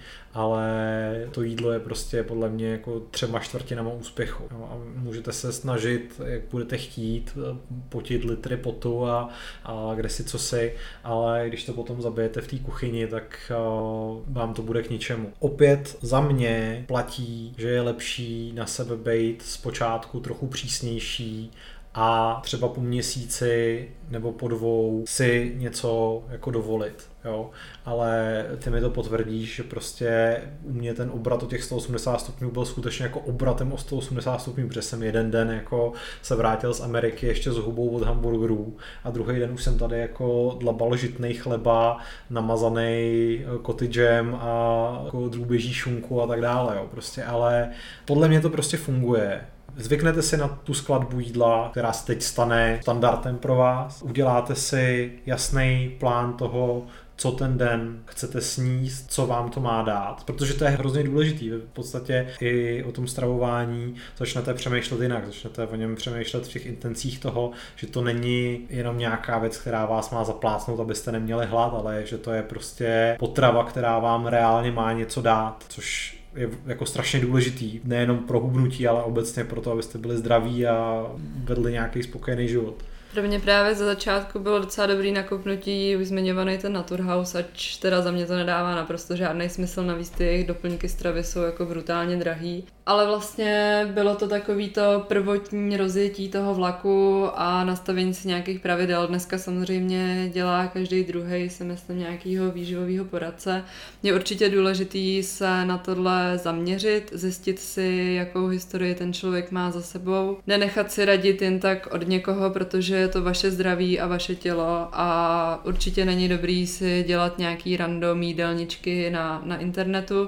Speaker 2: ale to jídlo je prostě podle mě jako 3/4 úspěchu. No a můžete se snažit, jak budete chtít, potit litry potu a kde si co si, ale když to potom zabijete v té kuchyni, tak vám to bude k ničemu. Opět za mě platí, že je lepší na sebe být zpočátku trochu přísnější a třeba po měsíci nebo po 2 si něco jako dovolit. Jo? Ale ty mi to potvrdíš, že prostě u mě ten obrat o těch 180 stupňů byl skutečně jako obratem o 180 stupňů, protože jsem jeden den jako se vrátil z Ameriky ještě s hubou od hamburgerů a druhý den už jsem tady jako dlabal žitnej chleba, namazaný cottagem a jako drůbeží šunku a tak dále. Jo? Prostě, ale podle mě to prostě funguje. Zvyknete si na tu skladbu jídla, která se teď stane standardem pro vás. Uděláte si jasný plán toho, co ten den chcete sníst, co vám to má dát, protože to je hrozně důležitý. V podstatě i o tom stravování začnete přemýšlet jinak, začnete o něm přemýšlet v těch intencích toho, že to není jenom nějaká věc, která vás má zaplácnout, abyste neměli hlad, ale že to je prostě potrava, která vám reálně má něco dát, což je jako strašně důležitý, nejenom pro hubnutí, ale obecně pro to, abyste byli zdraví a vedli nějaký spokojený život.
Speaker 1: Pro mě právě za začátku bylo docela dobrý nakopnutí už zmiňovaný ten Naturhaus, ač teda za mě to nedává naprosto žádný smysl, navíc ty jejich doplňky stravy jsou jako brutálně drahý. Ale vlastně bylo to takový to prvotní rozjetí toho vlaku a nastavení si nějakých pravidel. Dneska samozřejmě dělá každý druhej, si myslím, nějakýho výživového poradce. Je určitě důležitý se na tohle zaměřit, zjistit si, jakou historii ten člověk má za sebou. Nenechat si radit jen tak od někoho, protože je to vaše zdraví a vaše tělo a určitě není dobrý si dělat nějaký random jídelníčky na internetu.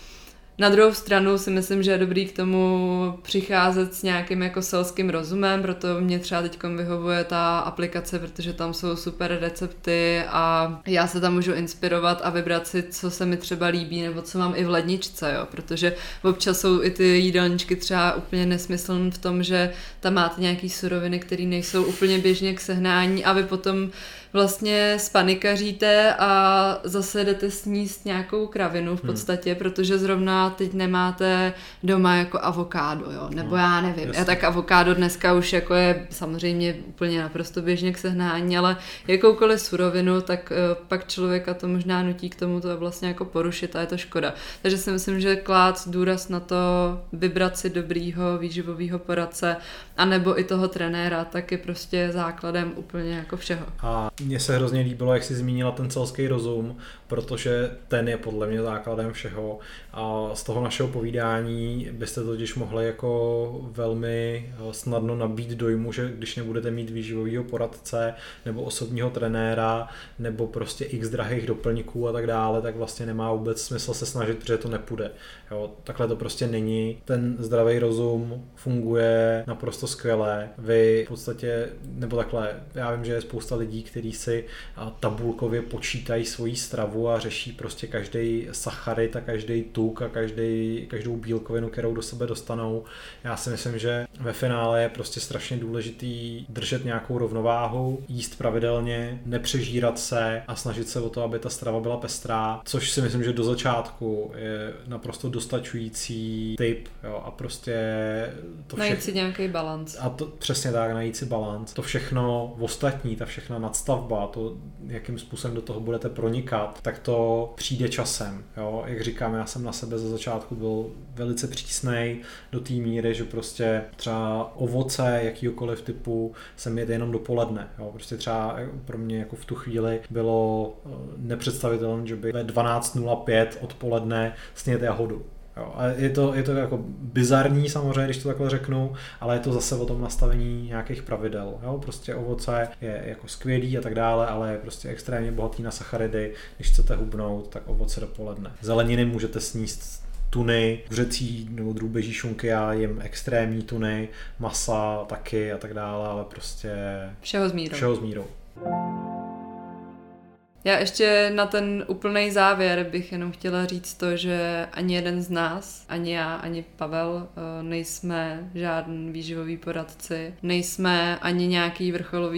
Speaker 1: Na druhou stranu si myslím, že je dobrý k tomu přicházet s nějakým jako selským rozumem, proto mě třeba teď vyhovuje ta aplikace, protože tam jsou super recepty a já se tam můžu inspirovat a vybrat si, co se mi třeba líbí nebo co mám i v ledničce, jo? Protože občas jsou i ty jídelníčky třeba úplně nesmyslné v tom, že tam máte nějaký suroviny, které nejsou úplně běžně k sehnání a vy potom vlastně spanikaříte a zase jdete sníst nějakou kravinu v podstatě, protože zrovna teď nemáte doma jako avokádo, jo, nebo já nevím. A tak avokádo dneska už jako je samozřejmě úplně naprosto běžně k sehnání, ale jakoukoliv surovinu, tak pak člověka to možná nutí k tomu to vlastně jako porušit a je to škoda. Takže si myslím, že klát důraz na to, vybrat si dobrýho výživového poradce, anebo i toho trenéra, tak je prostě základem úplně jako všeho.
Speaker 2: A mně se hrozně líbilo, jak jsi zmínila ten selský rozum, protože ten je podle mě základem všeho a z toho našeho povídání byste totiž mohli jako velmi snadno nabít dojmu, že když nebudete mít výživového poradce nebo osobního trenéra nebo prostě x drahých doplňků a tak dále, tak vlastně nemá vůbec smysl se snažit, protože to nepůjde. Jo, takhle to prostě není. Ten zdravý rozum funguje naprosto skvěle. Vy v podstatě, nebo takhle, já vím, že je spousta lidí, kteří si tabulkově počítají svoji stravu a řeší prostě každý sacharid a každý tuk a každou bílkovinu, kterou do sebe dostanou. Já si myslím, že ve finále je prostě strašně důležitý držet nějakou rovnováhu, jíst pravidelně, nepřežírat se a snažit se o to, aby ta strava byla pestrá, což si myslím, že do začátku je naprosto dostačující tip, jo, a prostě to
Speaker 1: najít si nějaký balanc.
Speaker 2: A to přesně tak, najít si balanc. To všechno ostatní, ta všechna nadstavba, to, jakým způsobem do toho budete pronikat, tak to přijde časem. Jo? Jak říkám, já jsem na sebe ze začátku byl velice přísnej do té míry, že prostě třeba ovoce jakýkoliv typu jsem jedl jenom dopoledne. Jo? Prostě třeba pro mě jako v tu chvíli bylo nepředstavitelné, že by ve 12:05 odpoledne snět jahodu. Jo, a je to jako bizarní samozřejmě, když to takhle řeknu, ale je to zase o tom nastavení nějakých pravidel. Jo? Prostě ovoce je jako skvělý a tak dále, ale je prostě extrémně bohatý na sacharidy. Když chcete hubnout, tak ovoce dopoledne. Zeleniny můžete sníst tuny, kuřecí nebo drůbeží šunky, já jim extrémní tuny, masa taky a tak dále, ale prostě
Speaker 1: všeho s mírou. Já ještě na ten úplný závěr bych jenom chtěla říct to, že ani jeden z nás, ani já, ani Pavel, nejsme žádný výživový poradci, nejsme ani nějaký vrcholoví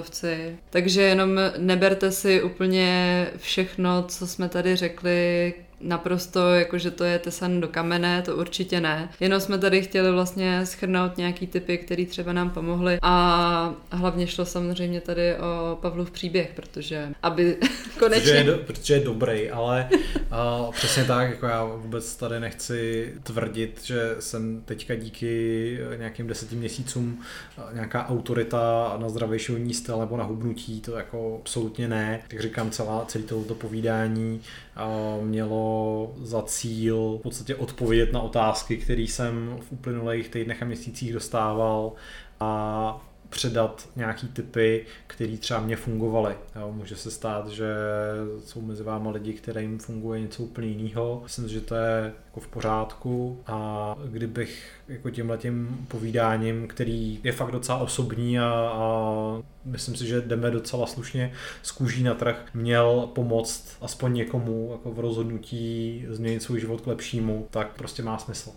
Speaker 1: sportovci, takže jenom neberte si úplně všechno, co jsme tady řekli, naprosto, jakože to je tesan do kamene, to určitě ne. Jenom jsme tady chtěli vlastně shrnout nějaký typy, které třeba nám pomohly a hlavně šlo samozřejmě tady o Pavlův příběh, protože aby konečně...
Speaker 2: Protože je dobrý, ale přesně tak, jako já vůbec tady nechci tvrdit, že jsem teďka díky nějakým 10 měsícům nějaká autorita na zdravý životní styl nebo na hubnutí, to jako absolutně ne. Tak říkám, celé tohoto povídání mělo za cíl v podstatě odpovědět na otázky, které jsem v uplynulých týdnech a měsících dostával a předat nějaký tipy, které třeba mě fungovaly. Může se stát, že jsou mezi váma lidi, kterým funguje něco úplně jiného. Myslím, že to je jako v pořádku a kdybych jako tímhletím povídáním, který je fakt docela osobní a myslím si, že jdeme docela slušně z kůží na trh, měl pomoct aspoň někomu jako v rozhodnutí změnit svůj život k lepšímu, tak prostě má smysl.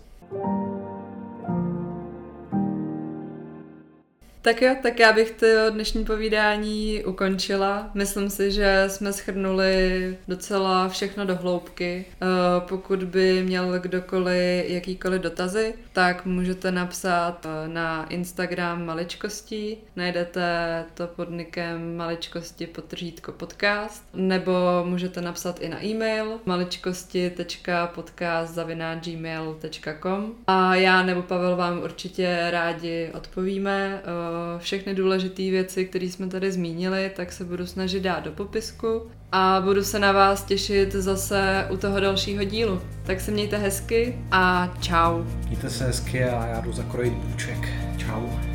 Speaker 1: Tak jo, tak já bych to dnešní povídání ukončila. Myslím si, že jsme shrnuli docela všechno do hloubky. Pokud by měl kdokoliv jakýkoliv dotazy, tak můžete napsat na Instagram Maličkostí. Najdete to pod nickem maličkosti_podcast, nebo můžete napsat i na e-mail maličkosti.podcast@gmail.com a já nebo Pavel vám určitě rádi odpovíme. Všechny důležité věci, které jsme tady zmínili, tak se budu snažit dát do popisku a budu se na vás těšit zase u toho dalšího dílu. Tak se mějte hezky a čau.
Speaker 2: Mějte se hezky a já jdu zakrojit bůček. Čau.